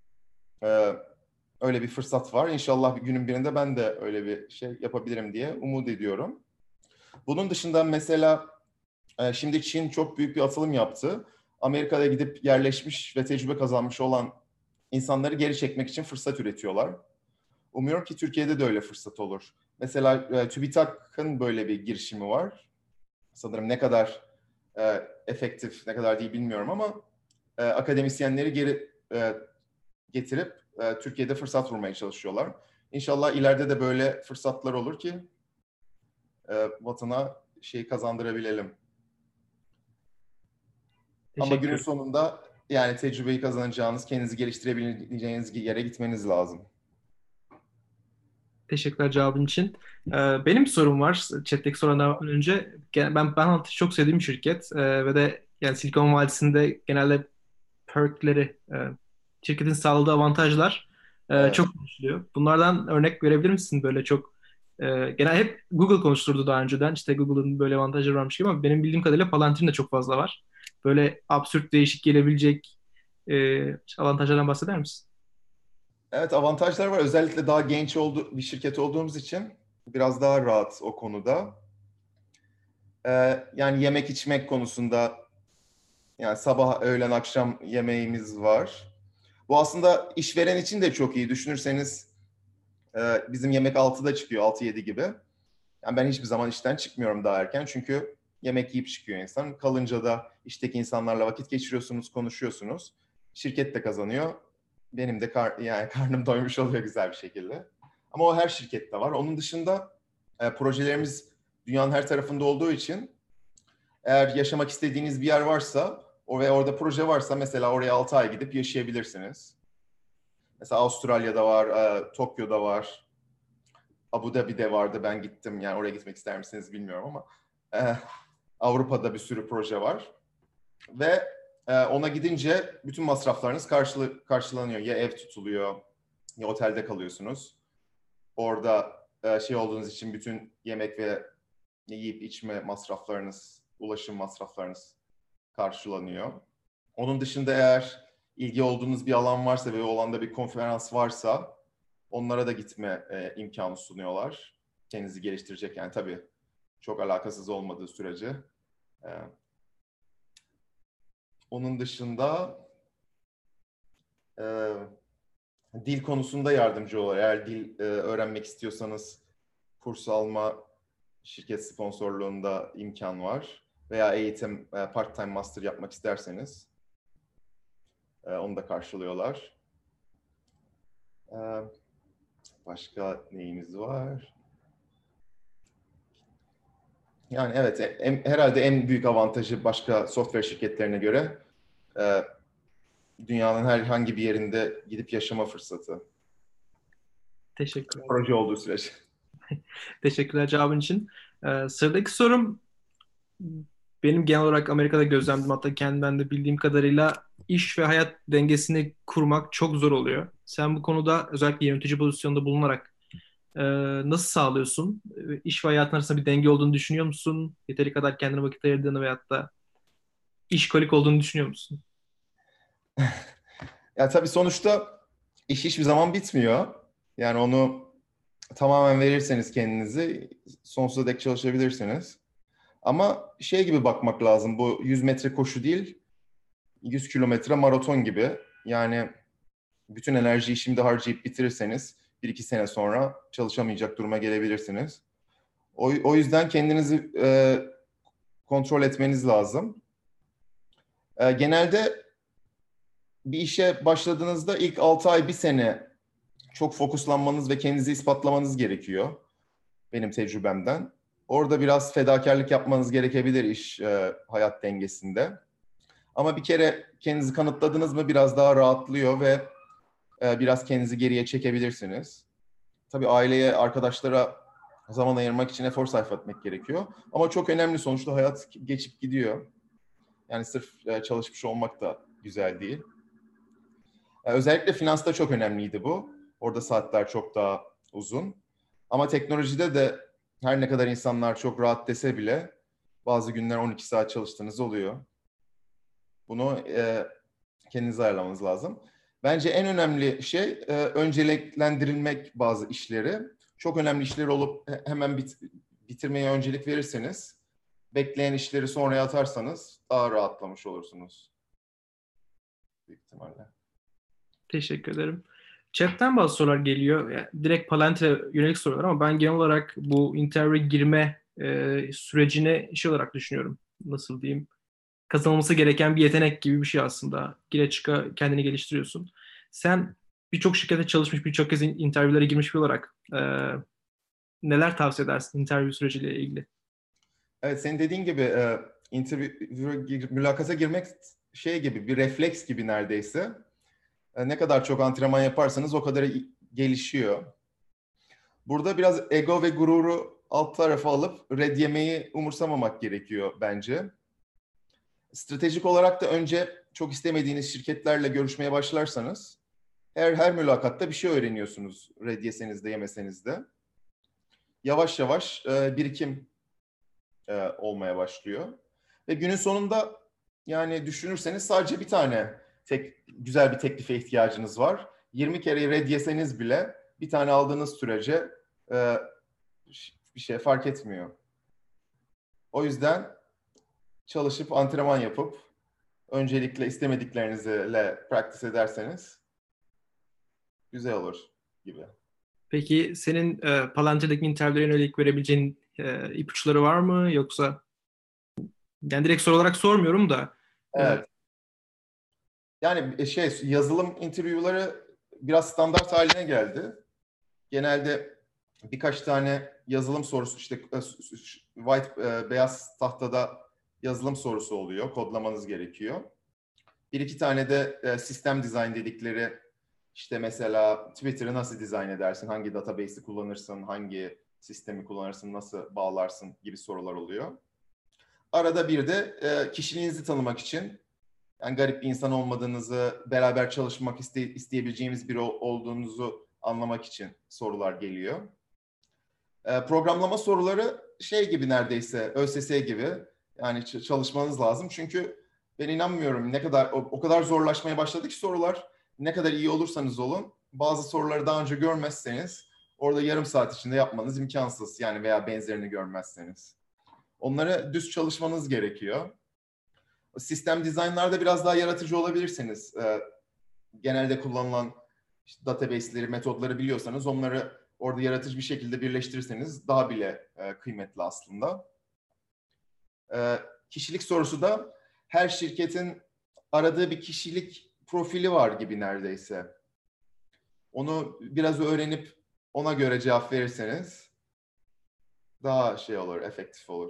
e, öyle bir fırsat var. İnşallah bir günün birinde ben de öyle bir şey yapabilirim diye umut ediyorum. Bunun dışında mesela e, şimdi Çin çok büyük bir atılım yaptı. Amerika'ya gidip yerleşmiş ve tecrübe kazanmış olan insanları geri çekmek için fırsat üretiyorlar. Umuyorum ki Türkiye'de de öyle fırsat olur. Mesela e, TÜBİTAK'ın böyle bir girişimi var. Sanırım ne kadar e, efektif, ne kadar değil bilmiyorum ama e, akademisyenleri geri e, getirip e, Türkiye'de fırsat vurmaya çalışıyorlar. İnşallah ileride de böyle fırsatlar olur ki e, vatana şey kazandırabilelim. Ama günün Teşekkür. sonunda yani tecrübeyi kazanacağınız, kendinizi geliştirebileceğiniz yere gitmeniz lazım. Teşekkürler cevabın için. Ee, benim bir sorum var. Chat'teki sorulardan önce. Gen- Ben ben Hunter çok sevdiğim bir şirket. Ee, ve de yani Silikon Vadisi'nde genelde perkleri, e, şirketin sağladığı avantajlar e, Evet. çok konuşuluyor. Bunlardan örnek verebilir misin? Böyle çok e, genel hep Google konuşturdu daha önceden. İşte Google'ın böyle avantajları varmış gibi ama benim bildiğim kadarıyla Palantir'in de çok fazla var. Böyle absürt değişik gelebilecek e, avantajlardan bahseder misin? Evet, avantajlar var. Özellikle daha genç oldu, bir şirket olduğumuz için biraz daha rahat o konuda. Ee, yani yemek içmek konusunda yani sabah, öğlen, akşam yemeğimiz var. Bu aslında işveren için de çok iyi. Düşünürseniz e, bizim yemek altıda çıkıyor, altı yedi gibi. Yani ben hiçbir zaman işten çıkmıyorum daha erken. Çünkü yemek yiyip çıkıyor insan. Kalınca da işteki insanlarla vakit geçiriyorsunuz, konuşuyorsunuz. Şirket de kazanıyor. Benim de kar, yani karnım doymuş oluyor güzel bir şekilde. Ama o her şirkette var. Onun dışında e, projelerimiz dünyanın her tarafında olduğu için eğer yaşamak istediğiniz bir yer varsa o ve orada proje varsa mesela oraya altı ay gidip yaşayabilirsiniz. Mesela Avustralya'da var, e, Tokyo'da var, Abu Dhabi'de vardı, ben gittim. Yani oraya gitmek ister misiniz bilmiyorum ama e, Avrupa'da bir sürü proje var. Ve e, ona gidince bütün masraflarınız karşılı, karşılanıyor. Ya ev tutuluyor ya otelde kalıyorsunuz. Orada e, şey olduğunuz için bütün yemek ve yiyip içme masraflarınız, ulaşım masraflarınız karşılanıyor. Onun dışında eğer ilgi olduğunuz bir alan varsa ve o alanda bir konferans varsa onlara da gitme e, imkanı sunuyorlar. kendinizi geliştirecek yani tabii çok alakasız olmadığı sürece. Ee, onun dışında e, dil konusunda yardımcı olur. Eğer dil e, öğrenmek istiyorsanız kurs alma şirket sponsorluğunda imkan var. Veya eğitim, e, part-time master yapmak isterseniz e, onu da karşılıyorlar. E, başka neyimiz var? Yani evet, en, herhalde en büyük avantajı başka software şirketlerine göre e, dünyanın herhangi bir yerinde gidip yaşama fırsatı. Teşekkürler. Proje olduğu sürece. Teşekkürler cevabın için. Ee, sıradaki sorum benim genel olarak Amerika'da gözlemledim, hatta kendimden de bildiğim kadarıyla iş ve hayat dengesini kurmak çok zor oluyor. Sen bu konuda özellikle yönetici pozisyonunda bulunarak e, nasıl sağlıyorsun? E, İş ve hayatın arasında bir denge olduğunu düşünüyor musun? Yeteri kadar kendine vakit ayırdığını veyahut da işkolik olduğunu düşünüyor musun? Ya tabii sonuçta iş hiçbir zaman bitmiyor. Yani onu tamamen verirseniz kendinizi sonsuza dek çalışabilirsiniz. Ama şey gibi bakmak lazım. Bu yüz metre koşu değil, yüz kilometre maraton gibi. Yani bütün enerjiyi şimdi harcayıp bitirirseniz bir iki sene sonra çalışamayacak duruma gelebilirsiniz. O, o yüzden kendinizi e, kontrol etmeniz lazım. E, genelde bir işe başladığınızda ilk altı ay, bir sene çok fokuslanmanız ve kendinizi ispatlamanız gerekiyor. Benim tecrübemden. Orada biraz fedakarlık yapmanız gerekebilir iş e, hayat dengesinde. Ama bir kere kendinizi kanıtladınız mı biraz daha rahatlıyor ve e, biraz kendinizi geriye çekebilirsiniz. Tabii aileye, arkadaşlara zaman ayırmak için efor sarf etmek gerekiyor. Ama çok önemli, sonuçta hayat geçip gidiyor. Yani sırf e, çalışmış olmak da güzel değil. E, özellikle finansta çok önemliydi bu. Orada saatler çok daha uzun. Ama teknolojide de her ne kadar insanlar çok rahat dese bile bazı günler on iki saat çalıştığınız oluyor. Bunu e, kendiniz ayarlamanız lazım. Bence en önemli şey e, önceliklendirilmek bazı işleri. Çok önemli işleri olup hemen bit bitirmeye öncelik verirseniz, bekleyen işleri sonraya atarsanız daha rahatlamış olursunuz. Büyük ihtimalle. Teşekkür ederim. Chat'ten bazı sorular geliyor. Yani direkt Palantir'e yönelik sorular ama ben genel olarak bu interview'e girme e, sürecini şey olarak düşünüyorum. Nasıl diyeyim? Kazanılması gereken bir yetenek gibi bir şey aslında. Gire çıka kendini geliştiriyorsun. Sen birçok şirkete çalışmış, birçok kez in- interview'lere girmiş bir olarak e, neler tavsiye edersin interview süreciyle ilgili? Evet, senin dediğin gibi e, interview, mülakata girmek şey gibi, bir refleks gibi neredeyse. E, ne kadar çok antrenman yaparsanız o kadar gelişiyor. Burada biraz ego ve gururu alt tarafa alıp red yemeyi umursamamak gerekiyor bence. Stratejik olarak da önce çok istemediğiniz şirketlerle görüşmeye başlarsanız her her mülakatta bir şey öğreniyorsunuz, red yeseniz de yemeseniz de. Yavaş yavaş e, birikim e, olmaya başlıyor. Ve günün sonunda yani düşünürseniz sadece bir tane tek güzel bir teklife ihtiyacınız var. yirmi kere red yeseniz bile bir tane aldığınız sürece e, bir şey fark etmiyor. O yüzden çalışıp antrenman yapıp öncelikle istemediklerinizle practice ederseniz güzel olur gibi. Peki senin e, Palantir'deki interview'lere yönelik verebileceğin e, ipuçları var mı? Yoksa yani direkt soru olarak sormuyorum da e, Evet. Yani şey, yazılım interview'ları biraz standart haline geldi. Genelde birkaç tane yazılım sorusu, işte white beyaz tahtada yazılım sorusu oluyor. Kodlamanız gerekiyor. Bir iki tane de sistem design dedikleri, işte mesela Twitter'ı nasıl dizayn edersin, hangi database'i kullanırsın, hangi sistemi kullanırsın, nasıl bağlarsın gibi sorular oluyor. Arada bir de kişiliğinizi tanımak için, yani garip bir insan olmadığınızı, beraber çalışmak iste, isteyebileceğimiz biri olduğunuzu anlamak için sorular geliyor. E, programlama soruları şey gibi, neredeyse ÖSS gibi. Yani çalışmanız lazım. Çünkü ben inanmıyorum ne kadar o, o kadar zorlaşmaya başladı ki sorular. Ne kadar iyi olursanız olun, bazı soruları daha önce görmezseniz orada yarım saat içinde yapmanız imkansız. Yani veya benzerini görmezseniz. Onlara düz çalışmanız gerekiyor. Sistem dizaynlarda biraz daha yaratıcı olabilirsiniz. Ee, genelde kullanılan işte database'leri, metodları biliyorsanız onları orada yaratıcı bir şekilde birleştirirseniz daha bile e, kıymetli aslında. E, kişilik sorusu da her şirketin aradığı bir kişilik profili var gibi neredeyse. Onu biraz öğrenip ona göre cevap verirseniz daha şey olur, efektif olur.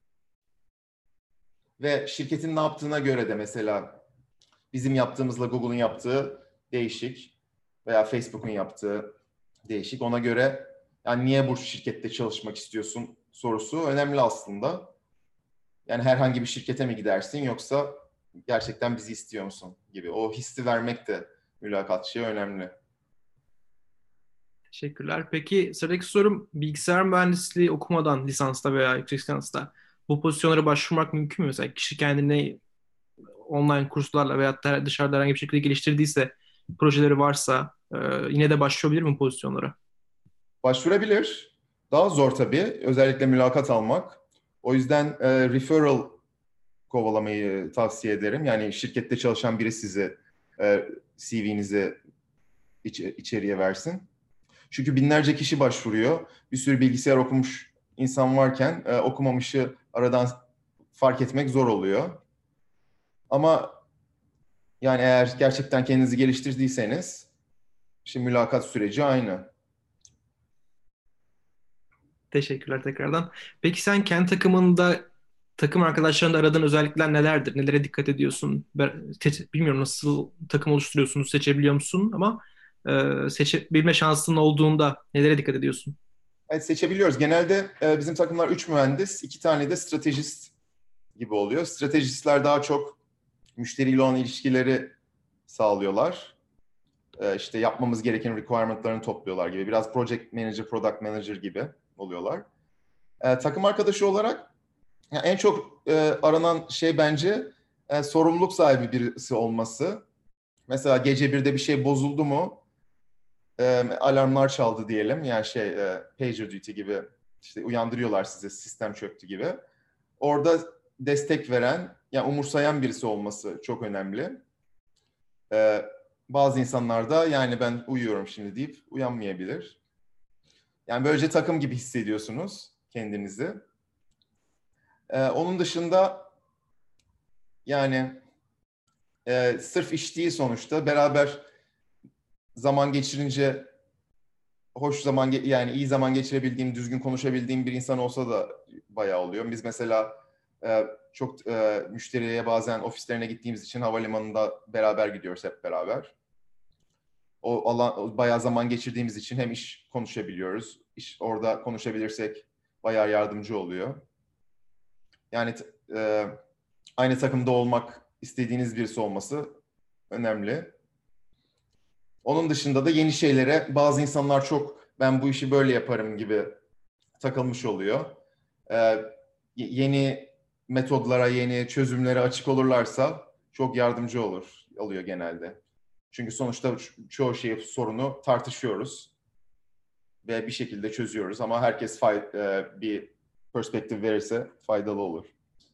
Ve şirketin ne yaptığına göre de mesela bizim yaptığımızla Google'un yaptığı değişik veya Facebook'un yaptığı değişik. Ona göre yani niye bu şirkette çalışmak istiyorsun sorusu önemli aslında. Yani herhangi bir şirkete mi gidersin yoksa gerçekten bizi istiyor musun gibi. O hissi vermek de mülakatçıya önemli. Teşekkürler. Peki sıradaki sorum, bilgisayar mühendisliği okumadan lisansta veya yüksek lisansta bu pozisyonlara başvurmak mümkün mü? Mesela kişi kendini online kurslarla veyahut da dışarıda herhangi bir şekilde geliştirdiyse, projeleri varsa e, yine de başvurabilir mi pozisyonlara? Başvurabilir. Daha zor tabii. Özellikle mülakat almak. O yüzden e, referral kovalamayı tavsiye ederim. Yani şirkette çalışan biri size e, C V'nizi iç, içeriye versin. Çünkü binlerce kişi başvuruyor. Bir sürü bilgisayar okumuş insan varken e, okumamışı aradan fark etmek zor oluyor. Ama yani eğer gerçekten kendinizi geliştirdiyseniz işte mülakat süreci aynı. Teşekkürler tekrardan. Peki sen kendi takımında, takım arkadaşlarında aradığın özellikler nelerdir? Nelere dikkat ediyorsun? Ben, te- bilmiyorum nasıl takım oluşturuyorsunuz, seçebiliyor musun? Ama e, seçebilme şansın olduğunda nelere dikkat ediyorsun? Evet, seçebiliyoruz. Genelde e, bizim takımlar üç mühendis, iki tane de stratejist gibi oluyor. Stratejistler daha çok müşteriyle olan ilişkileri sağlıyorlar. E, işte yapmamız gereken requirement'larını topluyorlar gibi. Biraz project manager, product manager gibi oluyorlar. E, takım arkadaşı olarak yani en çok e, aranan şey bence e, sorumluluk sahibi birisi olması. Mesela gece birde bir şey bozuldu mu, e, alarmlar çaldı diyelim. Yani şey e, pager duty gibi işte uyandırıyorlar sizi sistem çöktü gibi. Orada destek veren, yani umursayan birisi olması çok önemli. E, bazı insanlar da yani ben uyuyorum şimdi deyip uyanmayabilir. Yani böylece takım gibi hissediyorsunuz kendinizi. E, onun dışında yani e, sırf iş değil sonuçta beraber zaman geçirince hoş zaman yani iyi zaman geçirebildiğim, düzgün konuşabildiğim bir insan olsa da bayağı oluyor. Biz mesela e, çok e, müşteriye bazen ofislerine gittiğimiz için havalimanında beraber gidiyoruz hep beraber. O alan o bayağı zaman geçirdiğimiz için hem iş konuşabiliyoruz. İş orada konuşabilirsek bayağı yardımcı oluyor. Yani e, aynı takımda olmak istediğiniz birisi olması önemli. Onun dışında da yeni şeylere bazı insanlar çok ben bu işi böyle yaparım gibi takılmış çoluyor. Ee, yeni metodlara, yeni çözümlere açık olurlarsa çok yardımcı olur, oluyor genelde. Çünkü sonuçta ço- çoğu şeyi, sorunu tartışıyoruz ve bir şekilde çözüyoruz ama herkes fay- e, bir perspektif verirse faydalı olur.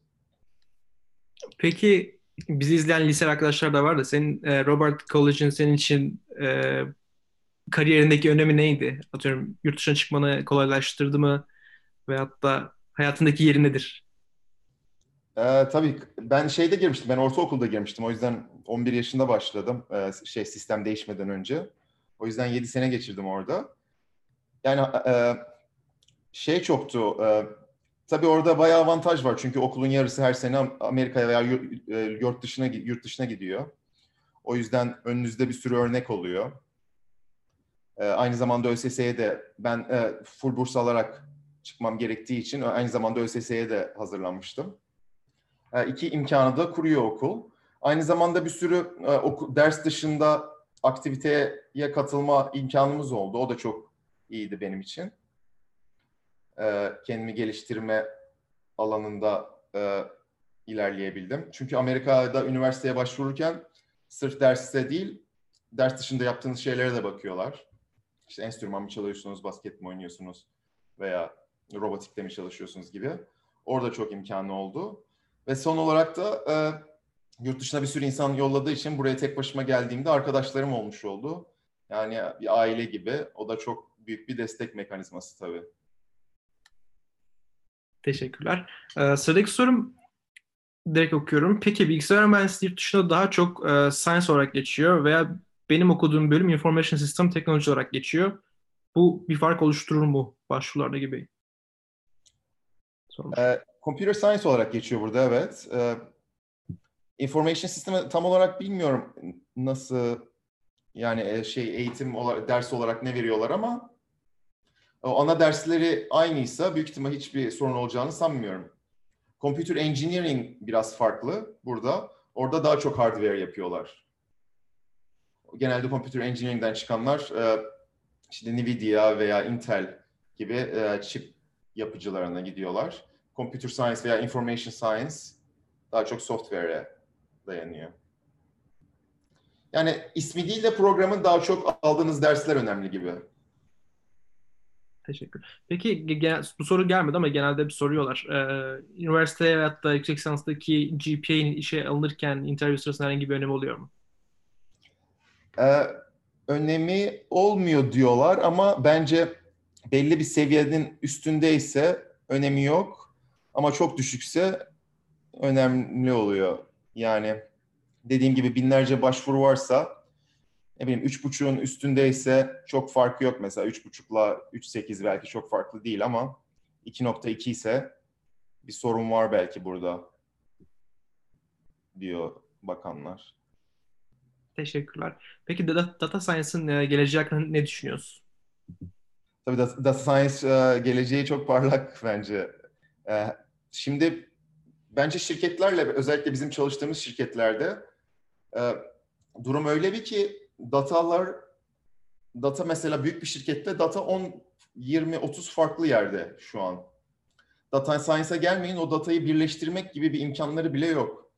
Peki bizi izleyen lise arkadaşlar da var da senin e, Robert College'in senin için e, kariyerindeki önemi neydi? Atıyorum yurt dışına çıkmanı kolaylaştırdı mı? Veyahut da hayatındaki yeri nedir? Ee, tabii ben şeyde girmiştim, ben ortaokulda girmiştim. O yüzden on bir yaşında başladım, ee, şey sistem değişmeden önce. O yüzden yedi sene geçirdim orada. Yani e, şey çoktu. E, tabii orada bayağı avantaj var. Çünkü okulun yarısı her sene Amerika'ya veya yurt, e, yurt dışına yurt dışına gidiyor. O yüzden önünüzde bir sürü örnek oluyor. E, aynı zamanda ÖSS'ye de ben e, full burs alarak çıkmam gerektiği için aynı zamanda ÖSS'ye de hazırlanmıştım. E, iki imkanı da kuruyor okul. Aynı zamanda bir sürü e, oku, ders dışında aktiviteye katılma imkanımız oldu. O da çok iyiydi benim için. E, kendimi geliştirme alanında e, ilerleyebildim. Çünkü Amerika'da üniversiteye başvururken sırf derste değil, ders dışında yaptığınız şeylere de bakıyorlar. işte enstrüman mı çalıyorsunuz, basket mi oynuyorsunuz veya robotikte mi çalışıyorsunuz gibi. Orada çok imkanı oldu. Ve son olarak da e, yurt dışına bir sürü insan yolladığı için buraya tek başıma geldiğimde arkadaşlarım olmuş oldu. Yani bir aile gibi. O da çok büyük bir destek mekanizması tabii. Teşekkürler. Ee, sıradaki sorum direkt okuyorum. Peki bilgisayar mühendisliği yurt dışında daha çok e, science olarak geçiyor veya benim okuduğum bölüm Information System Technology olarak geçiyor. Bu bir fark oluşturur mu başvurularda gibi sormuş. E, Computer Science olarak geçiyor burada, evet. E, Information System'i tam olarak bilmiyorum nasıl, yani e, şey eğitim olarak, ders olarak ne veriyorlar ama o ana dersleri aynıysa büyük ihtimal hiçbir sorun olacağını sanmıyorum. Computer Engineering biraz farklı burada. Orada daha çok hardware yapıyorlar. Genelde Computer Engineering'den çıkanlar e, işte Nvidia veya Intel gibi e, çip yapıcılarına gidiyorlar. Computer Science veya Information Science daha çok software'e dayanıyor. Yani ismi değil de programın daha çok aldığınız dersler önemli gibi. Teşekkür. Peki ge- ge- bu soru gelmedi ama genelde bir soruyorlar. Ee, üniversiteye veyahut da yüksek lisanstaki G P A'nin işe alınırken interview sırasında herhangi bir önemi oluyor mu? Ee, Önemi olmuyor diyorlar ama bence belli bir seviyenin üstündeyse önemi yok. Ama çok düşükse önemli oluyor. Yani dediğim gibi binlerce başvuru varsa, ne bileyim üç buçuğun üstündeyse çok farkı yok mesela. Üç buçukla üç sekiz belki çok farklı değil ama iki nokta iki ise bir sorun var belki burada diyor bakanlar. Teşekkürler. Peki data, data Science'ın e, geleceği hakkında ne düşünüyorsun? Tabii data, data science e, geleceği çok parlak bence. E, Şimdi bence şirketlerle, özellikle bizim çalıştığımız şirketlerde e, durum öyle bir ki datalar, data mesela büyük bir şirkette data on, yirmi, otuz farklı yerde şu an. Data science'a gelmeyin, o datayı birleştirmek gibi bir imkanları bile yok.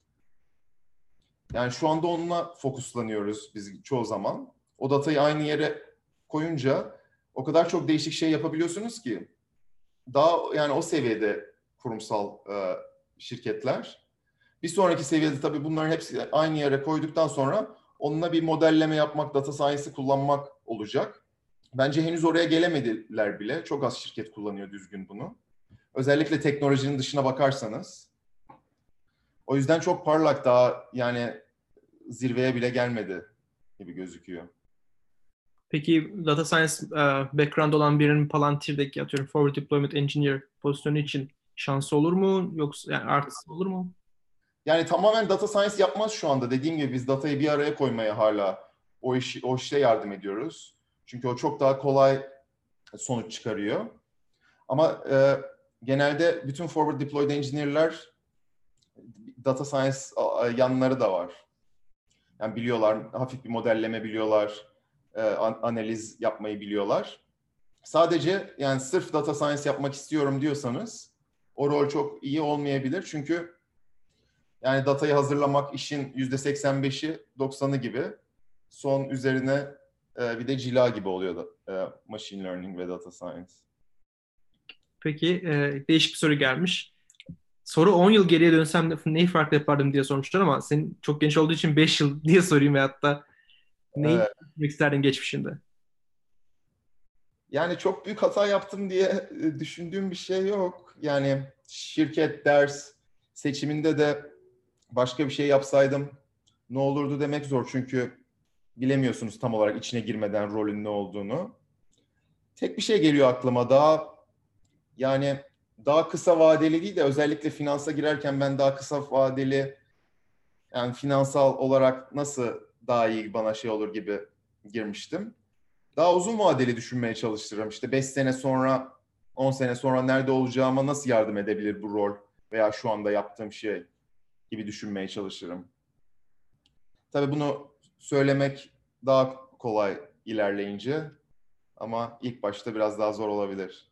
Yani şu anda onunla fokuslanıyoruz biz çoğu zaman. O datayı aynı yere koyunca o kadar çok değişik şey yapabiliyorsunuz ki. Daha yani o seviyede kurumsal e, şirketler. Bir sonraki seviyede tabii bunların hepsi aynı yere koyduktan sonra onunla bir modelleme yapmak, data science'ı kullanmak olacak. Bence henüz oraya gelemediler bile. Çok az şirket kullanıyor düzgün bunu. Özellikle teknolojinin dışına bakarsanız. O yüzden çok parlak, daha yani zirveye bile gelmedi gibi gözüküyor. Peki data science e, background olan birinin Palantir'deki atıyorum Forward Deployment Engineer pozisyonu için şansı olur mu? Yoksa yani artısı olur mu? Yani tamamen data science yapmaz şu anda. Dediğim gibi biz datayı bir araya koymaya hala o işi o işte yardım ediyoruz. Çünkü o çok daha kolay sonuç çıkarıyor. Ama e, genelde bütün forward deployed engineer'ler data science yanları da var. Yani biliyorlar, hafif bir modelleme biliyorlar, e, analiz yapmayı biliyorlar. Sadece yani sırf data science yapmak istiyorum diyorsanız o rol çok iyi olmayabilir. Çünkü yani datayı hazırlamak işin yüzde seksen beşi doksanı gibi. Son üzerine e, bir de cila gibi oluyor da e, machine learning ve data science. Peki e, değişik bir soru gelmiş. Soru on yıl geriye dönsem de neyi farklı yapardım diye sormuşlar ama senin çok genç olduğu için beş yıl diye sorayım veyahut da neyi Evet. yapmak isterdin geçmişinde? Yani çok büyük hata yaptım diye e, düşündüğüm bir şey yok. Yani şirket, ders seçiminde de başka bir şey yapsaydım ne olurdu demek zor. Çünkü bilemiyorsunuz tam olarak içine girmeden rolün ne olduğunu. Tek bir şey geliyor aklıma, daha yani daha kısa vadeli değil de özellikle finansa girerken ben daha kısa vadeli, yani finansal olarak nasıl daha iyi bana şey olur gibi girmiştim. Daha uzun vadeli düşünmeye çalışırım. İşte beş sene sonra, on sene sonra nerede olacağıma nasıl yardım edebilir bu rol veya şu anda yaptığım şey gibi düşünmeye çalışırım. Tabii bunu söylemek daha kolay ilerleyince ama ilk başta biraz daha zor olabilir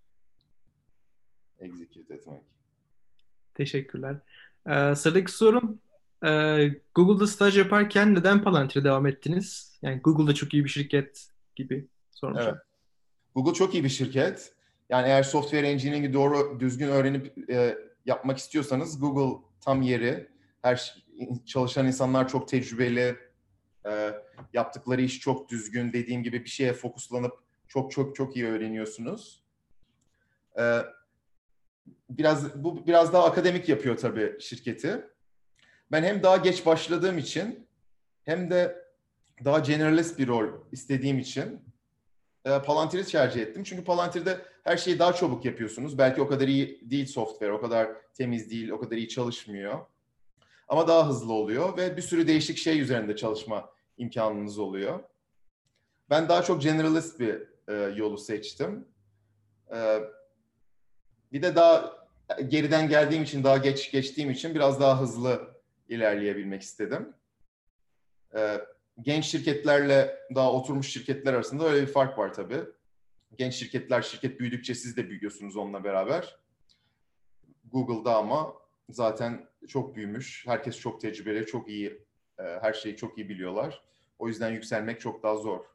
execute etmek. Teşekkürler. Ee, sıradaki sorum e, Google'da staj yaparken neden Palantir'e devam ettiniz? Yani Google'da çok iyi bir şirket gibi. Evet. sorunca. Google çok iyi bir şirket. Yani eğer software engineering'i doğru düzgün öğrenip e, yapmak istiyorsanız Google tam yeri. Her çalışan insanlar çok tecrübeli, e, yaptıkları iş çok düzgün. Dediğim gibi bir şeye fokuslanıp çok çok çok iyi öğreniyorsunuz. E, biraz bu biraz daha akademik yapıyor tabii şirketi. Ben hem daha geç başladığım için hem de daha generalist bir rol istediğim için e, Palantir'i tercih ettim. Çünkü Palantir'de her şeyi daha çabuk yapıyorsunuz. Belki o kadar iyi değil software, o kadar temiz değil, o kadar iyi çalışmıyor. Ama daha hızlı oluyor ve bir sürü değişik şey üzerinde çalışma imkanınız oluyor. Ben daha çok generalist bir e, yolu seçtim. E, bir de daha geriden geldiğim için, daha geç geçtiğim için biraz daha hızlı ilerleyebilmek istedim. E, genç şirketlerle daha oturmuş şirketler arasında öyle bir fark var tabii. Genç şirketler, şirket büyüdükçe siz de büyüyorsunuz onunla beraber. Google'da ama zaten çok büyümüş. Herkes çok tecrübeli, çok iyi, her şeyi çok iyi biliyorlar. O yüzden yükselmek çok daha zor.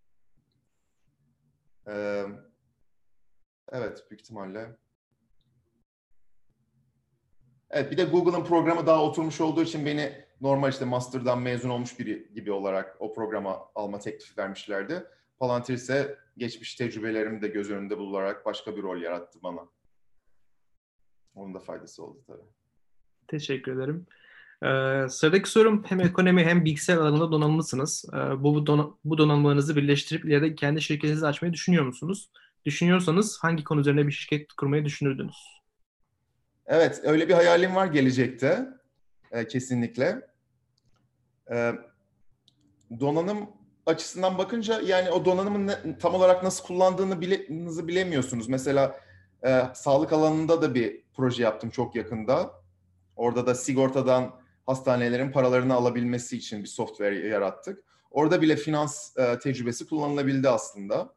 Evet, büyük ihtimalle. Evet, bir de Google'ın programı daha oturmuş olduğu için beni normal işte master'dan mezun olmuş biri gibi olarak o programa alma teklifi vermişlerdi. Palantir ise geçmiş tecrübelerimi de göz önünde bularak başka bir rol yarattı bana. Onun da faydası oldu tabii. Teşekkür ederim. Ee, sıradaki sorum hem ekonomi hem bilgisayar alanında donanımlısınız. Ee, bu, bu, don bu donanımlarınızı birleştirip ileride kendi şirketinizi açmayı düşünüyor musunuz? Düşünüyorsanız hangi konu üzerine bir şirket kurmayı düşünürdünüz? Evet, öyle bir hayalim var gelecekte. E, kesinlikle. E, donanım açısından bakınca yani o donanımın ne, tam olarak nasıl kullandığını bile, bilemiyorsunuz. Mesela e, sağlık alanında da bir proje yaptım çok yakında. Orada da sigortadan hastanelerin paralarını alabilmesi için bir software yarattık. Orada bile finans e, tecrübesi kullanılabildi aslında.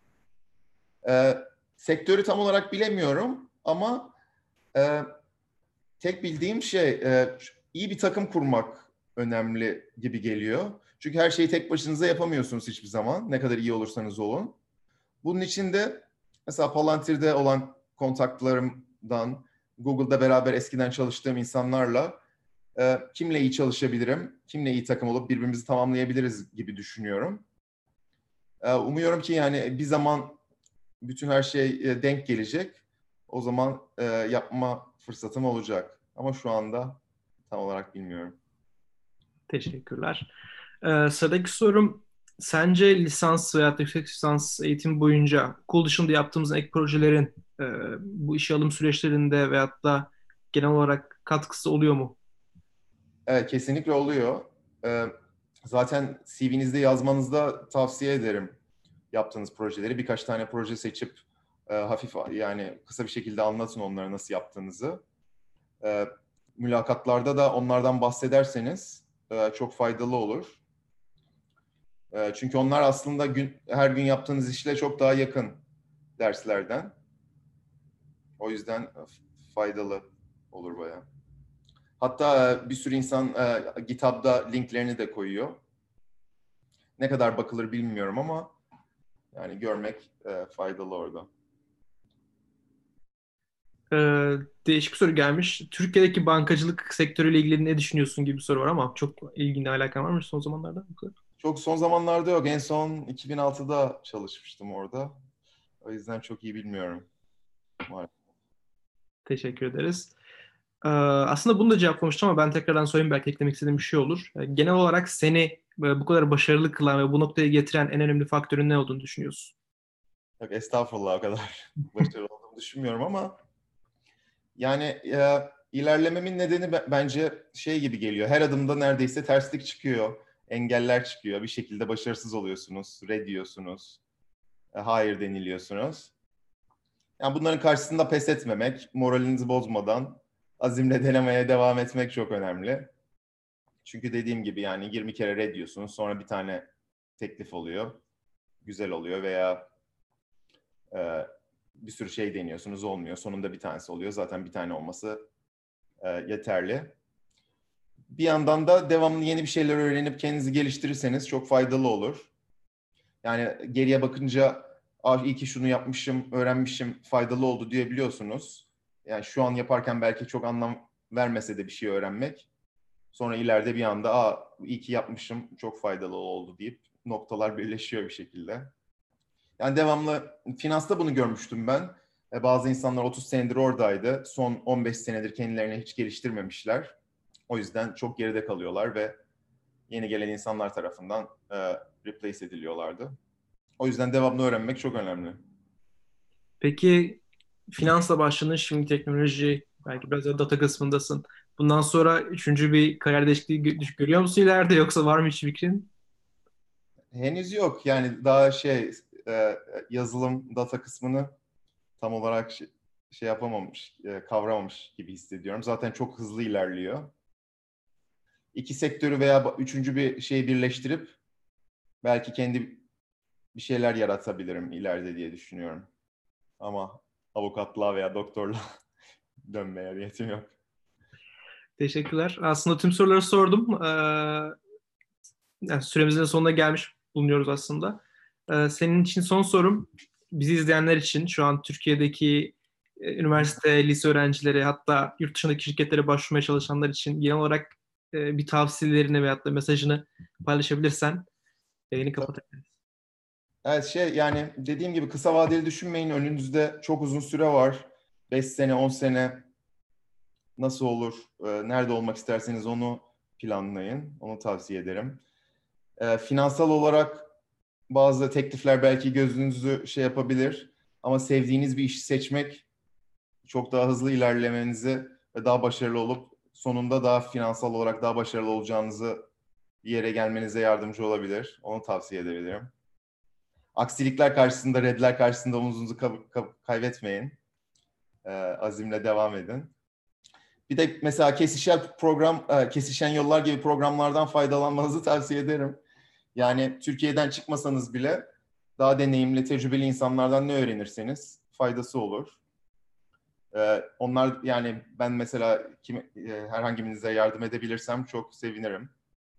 E, sektörü tam olarak bilemiyorum ama e, tek bildiğim şey e, iyi bir takım kurmak önemli gibi geliyor. Çünkü her şeyi tek başınıza yapamıyorsunuz hiçbir zaman. Ne kadar iyi olursanız olun. Bunun için de mesela Palantir'de olan kontaklarımdan, Google'da beraber eskiden çalıştığım insanlarla e, kimle iyi çalışabilirim, kimle iyi takım olup birbirimizi tamamlayabiliriz gibi düşünüyorum. E, umuyorum ki yani bir zaman bütün her şey e, denk gelecek. O zaman e, yapma fırsatım olacak. Ama şu anda tam olarak bilmiyorum. Teşekkürler. Ee, sıradaki sorum, sence lisans veya yüksek lisans eğitim boyunca okul dışında yaptığımız ek projelerin e, bu işe alım süreçlerinde veyahut da genel olarak katkısı oluyor mu? Evet, kesinlikle oluyor. E, zaten C V'nizde yazmanızda tavsiye ederim yaptığınız projeleri. Birkaç tane proje seçip e, hafif yani kısa bir şekilde anlatın onları nasıl yaptığınızı. E, mülakatlarda da onlardan bahsederseniz e, çok faydalı olur. E, çünkü onlar aslında gün, her gün yaptığınız işle çok daha yakın derslerden. O yüzden faydalı olur bayağı. Hatta e, bir sürü insan e, GitHub'da linklerini de koyuyor. Ne kadar bakılır bilmiyorum ama yani görmek e, faydalı orada. Ee, değişik bir soru gelmiş. Türkiye'deki bankacılık sektörüyle ilgili ne düşünüyorsun gibi bir soru var ama çok ilginle alakan var mı son zamanlarda? Çok son zamanlarda yok. En son iki bin altıda çalışmıştım orada. O yüzden çok iyi bilmiyorum. Maalesef. Teşekkür ederiz. Ee, aslında bunu da cevaplamıştım ama ben tekrardan sorayım, belki eklemek istediğim bir şey olur. Ee, genel olarak seni e, bu kadar başarılı kılan ve bu noktaya getiren en önemli faktörün ne olduğunu düşünüyorsun? Yok, estağfurullah, o kadar başarılı olduğumu düşünmüyorum ama yani e, ilerlememin nedeni be- bence şey gibi geliyor. Her adımda neredeyse terslik çıkıyor. Engeller çıkıyor. Bir şekilde başarısız oluyorsunuz. Red diyorsunuz. E, hayır deniliyorsunuz. Yani bunların karşısında pes etmemek, moralinizi bozmadan azimle denemeye devam etmek çok önemli. Çünkü dediğim gibi yani yirmi kere red diyorsunuz. Sonra bir tane teklif oluyor. Güzel oluyor veya e, bir sürü şey deniyorsunuz, olmuyor. Sonunda bir tanesi oluyor. Zaten bir tane olması e, yeterli. Bir yandan da devamlı yeni bir şeyler öğrenip kendinizi geliştirirseniz çok faydalı olur. Yani geriye bakınca ah, iyi ki şunu yapmışım, öğrenmişim, faydalı oldu diyebiliyorsunuz. Yani şu an yaparken belki çok anlam vermese de bir şey öğrenmek. Sonra ileride bir anda aa, iyi ki yapmışım, çok faydalı oldu deyip noktalar birleşiyor bir şekilde. Yani devamlı finansta bunu görmüştüm ben. E, bazı insanlar otuz senedir oradaydı. Son on beş senedir kendilerini hiç geliştirmemişler. O yüzden çok geride kalıyorlar ve yeni gelen insanlar tarafından e, replace ediliyorlardı. O yüzden devamlı öğrenmek çok önemli. Peki finansla başladın, şimdi teknoloji, belki biraz da data kısmındasın. Bundan sonra üçüncü bir kariyer değişikliği gö- görüyor musun ileride, yoksa var mı hiç fikrin? Henüz yok. Yani daha şey e, yazılım data kısmını tam olarak şey, şey yapamamış, e, kavramamış gibi hissediyorum. Zaten çok hızlı ilerliyor. İki sektörü veya üçüncü bir şeyi birleştirip belki kendi bir şeyler yaratabilirim ileride diye düşünüyorum. Ama avukatlığa veya doktorluğa dönmeye niyetim yok. Teşekkürler. Aslında tüm soruları sordum. Ee, yani süremizin de sonuna gelmiş bulunuyoruz aslında. Ee, senin için son sorum, bizi izleyenler için, şu an Türkiye'deki e, üniversite, lise öğrencileri, hatta yurt dışındaki şirketlere başvurmaya çalışanlar için genel olarak e, bir tavsiyelerini veyahut da mesajını paylaşabilirsen yayını kapatabiliriz. Evet şey yani dediğim gibi kısa vadeli düşünmeyin. Önünüzde çok uzun süre var. beş sene, on sene nasıl olur? e, Nerede olmak isterseniz onu planlayın. Onu tavsiye ederim. E, finansal olarak bazı teklifler belki gözünüzü şey yapabilir. Ama sevdiğiniz bir işi seçmek çok daha hızlı ilerlemenizi ve daha başarılı olup sonunda daha finansal olarak daha başarılı olacağınızı bir yere gelmenize yardımcı olabilir. Onu tavsiye edebilirim. Aksilikler karşısında, redler karşısında umudunuzu kab- kab- kaybetmeyin. Ee, azimle devam edin. Bir de mesela kesişen program, e, kesişen yollar gibi programlardan faydalanmanızı tavsiye ederim. Yani Türkiye'den çıkmasanız bile daha deneyimli, tecrübeli insanlardan ne öğrenirseniz faydası olur. Ee, onlar yani ben mesela kim, e, herhangi birinize yardım edebilirsem çok sevinirim.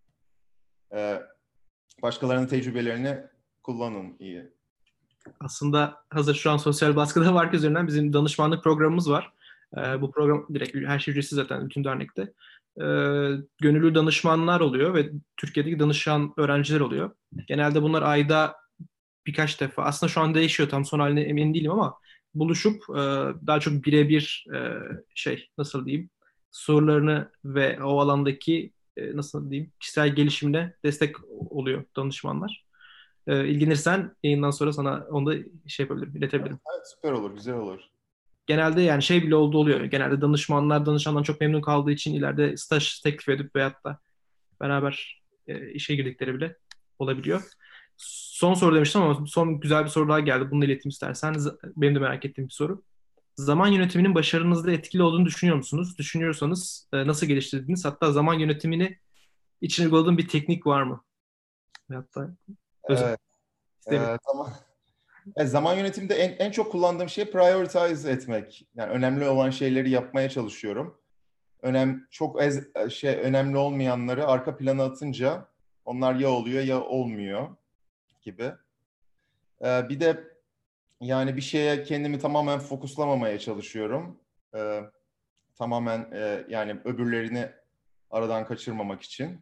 Ee, Başkalarının tecrübelerini kullanın iyi. Aslında hazır şu an sosyal baskıda var üzerinden bizim danışmanlık programımız var. Ee, bu program direkt her şey ücretsiz zaten bütün dernekte. Ee, gönüllü danışmanlar oluyor ve Türkiye'deki danışan öğrenciler oluyor. Genelde bunlar ayda birkaç defa, aslında şu an değişiyor, tam son haline emin değilim ama buluşup e, daha çok birebir e, şey, nasıl diyeyim, sorularını ve o alandaki e, nasıl diyeyim, kişisel gelişimine destek oluyor danışmanlar. E, ilgilenirsen yayından sonra sana onu da şey yapabilirim, iletebilirim. Evet, süper olur, güzel olur. Genelde yani şey bile olduğu oluyor. Genelde danışmanlar danışandan çok memnun kaldığı için ileride staj teklif edip veyahut da beraber e, işe girdikleri bile olabiliyor. Son soru demiştim ama son güzel bir soru daha geldi. Bunu da ileteyim istersen. Z- Benim de merak ettiğim bir soru. Zaman yönetiminin başarınızda etkili olduğunu düşünüyor musunuz? Düşünüyorsanız e, nasıl geliştirdiniz? Hatta zaman yönetimini içine uyguladığın bir teknik var mı? Hatta özel Evet, istemiyorum. e, tamam. Evet, zaman yönetiminde en, en çok kullandığım şey prioritize etmek. Yani önemli olan şeyleri yapmaya çalışıyorum. Önem çok ez, şey önemli olmayanları arka plana atınca onlar ya oluyor ya olmuyor gibi. E, bir de yani bir şeye kendimi tamamen fokuslamamaya çalışıyorum. E, Tamamen e, yani öbürlerini aradan kaçırmamak için.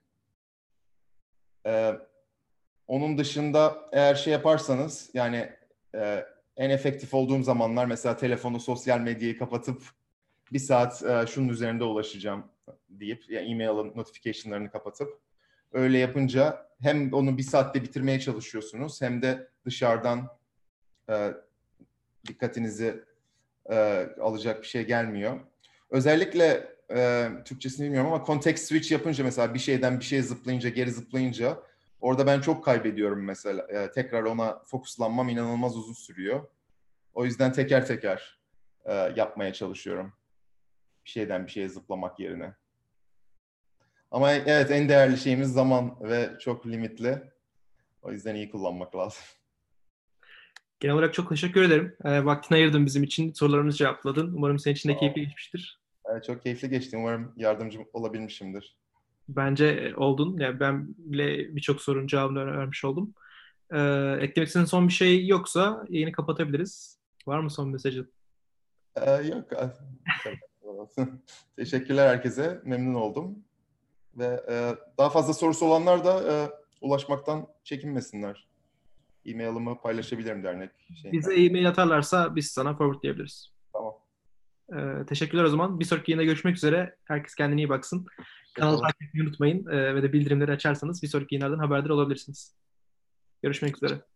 E, Onun dışında eğer şey yaparsanız yani e, en efektif olduğum zamanlar mesela telefonu, sosyal medyayı kapatıp bir saat e, şunun üzerinde ulaşacağım deyip ya e-mail'ın notification'larını kapatıp öyle yapınca hem onu bir saatte bitirmeye çalışıyorsunuz hem de dışarıdan e, dikkatinizi e, alacak bir şey gelmiyor. Özellikle e, Türkçesini bilmiyorum ama context switch yapınca mesela bir şeyden bir şeye zıplayınca, geri zıplayınca orada ben çok kaybediyorum mesela. E, tekrar ona fokuslanmam inanılmaz uzun sürüyor. O yüzden teker teker e, yapmaya çalışıyorum. Bir şeyden bir şeye zıplamak yerine. Ama evet en değerli şeyimiz zaman ve çok limitli. O yüzden iyi kullanmak lazım. Genel olarak çok teşekkür ederim. E, vaktini ayırdın bizim için. Sorularımızı cevapladın. Umarım senin için de keyifli geçmiştir. Evet, çok keyifli geçti. Umarım yardımcı olabilmişimdir. Bence oldun. Yani ben bile birçok sorunun cevabını vermiş oldum. E, eklemek istediğin son bir şey yoksa yayını kapatabiliriz. Var mı son mesajın? Ee, yok. Teşekkürler herkese. Memnun oldum. Ve e, daha fazla sorusu olanlar da e, ulaşmaktan çekinmesinler. E-mail'ımı paylaşabilirim dernek Bize şeyinden. e-mail atarlarsa biz sana forwardlayabiliriz. Tamam. E, teşekkürler o zaman. Bir sonraki yayında görüşmek üzere. Herkes kendine iyi baksın. Kanalı Hoşçakalın. takip etmeyi unutmayın. E, ve de bildirimleri açarsanız bir sonraki yayınlardan haberdar olabilirsiniz. Görüşmek üzere.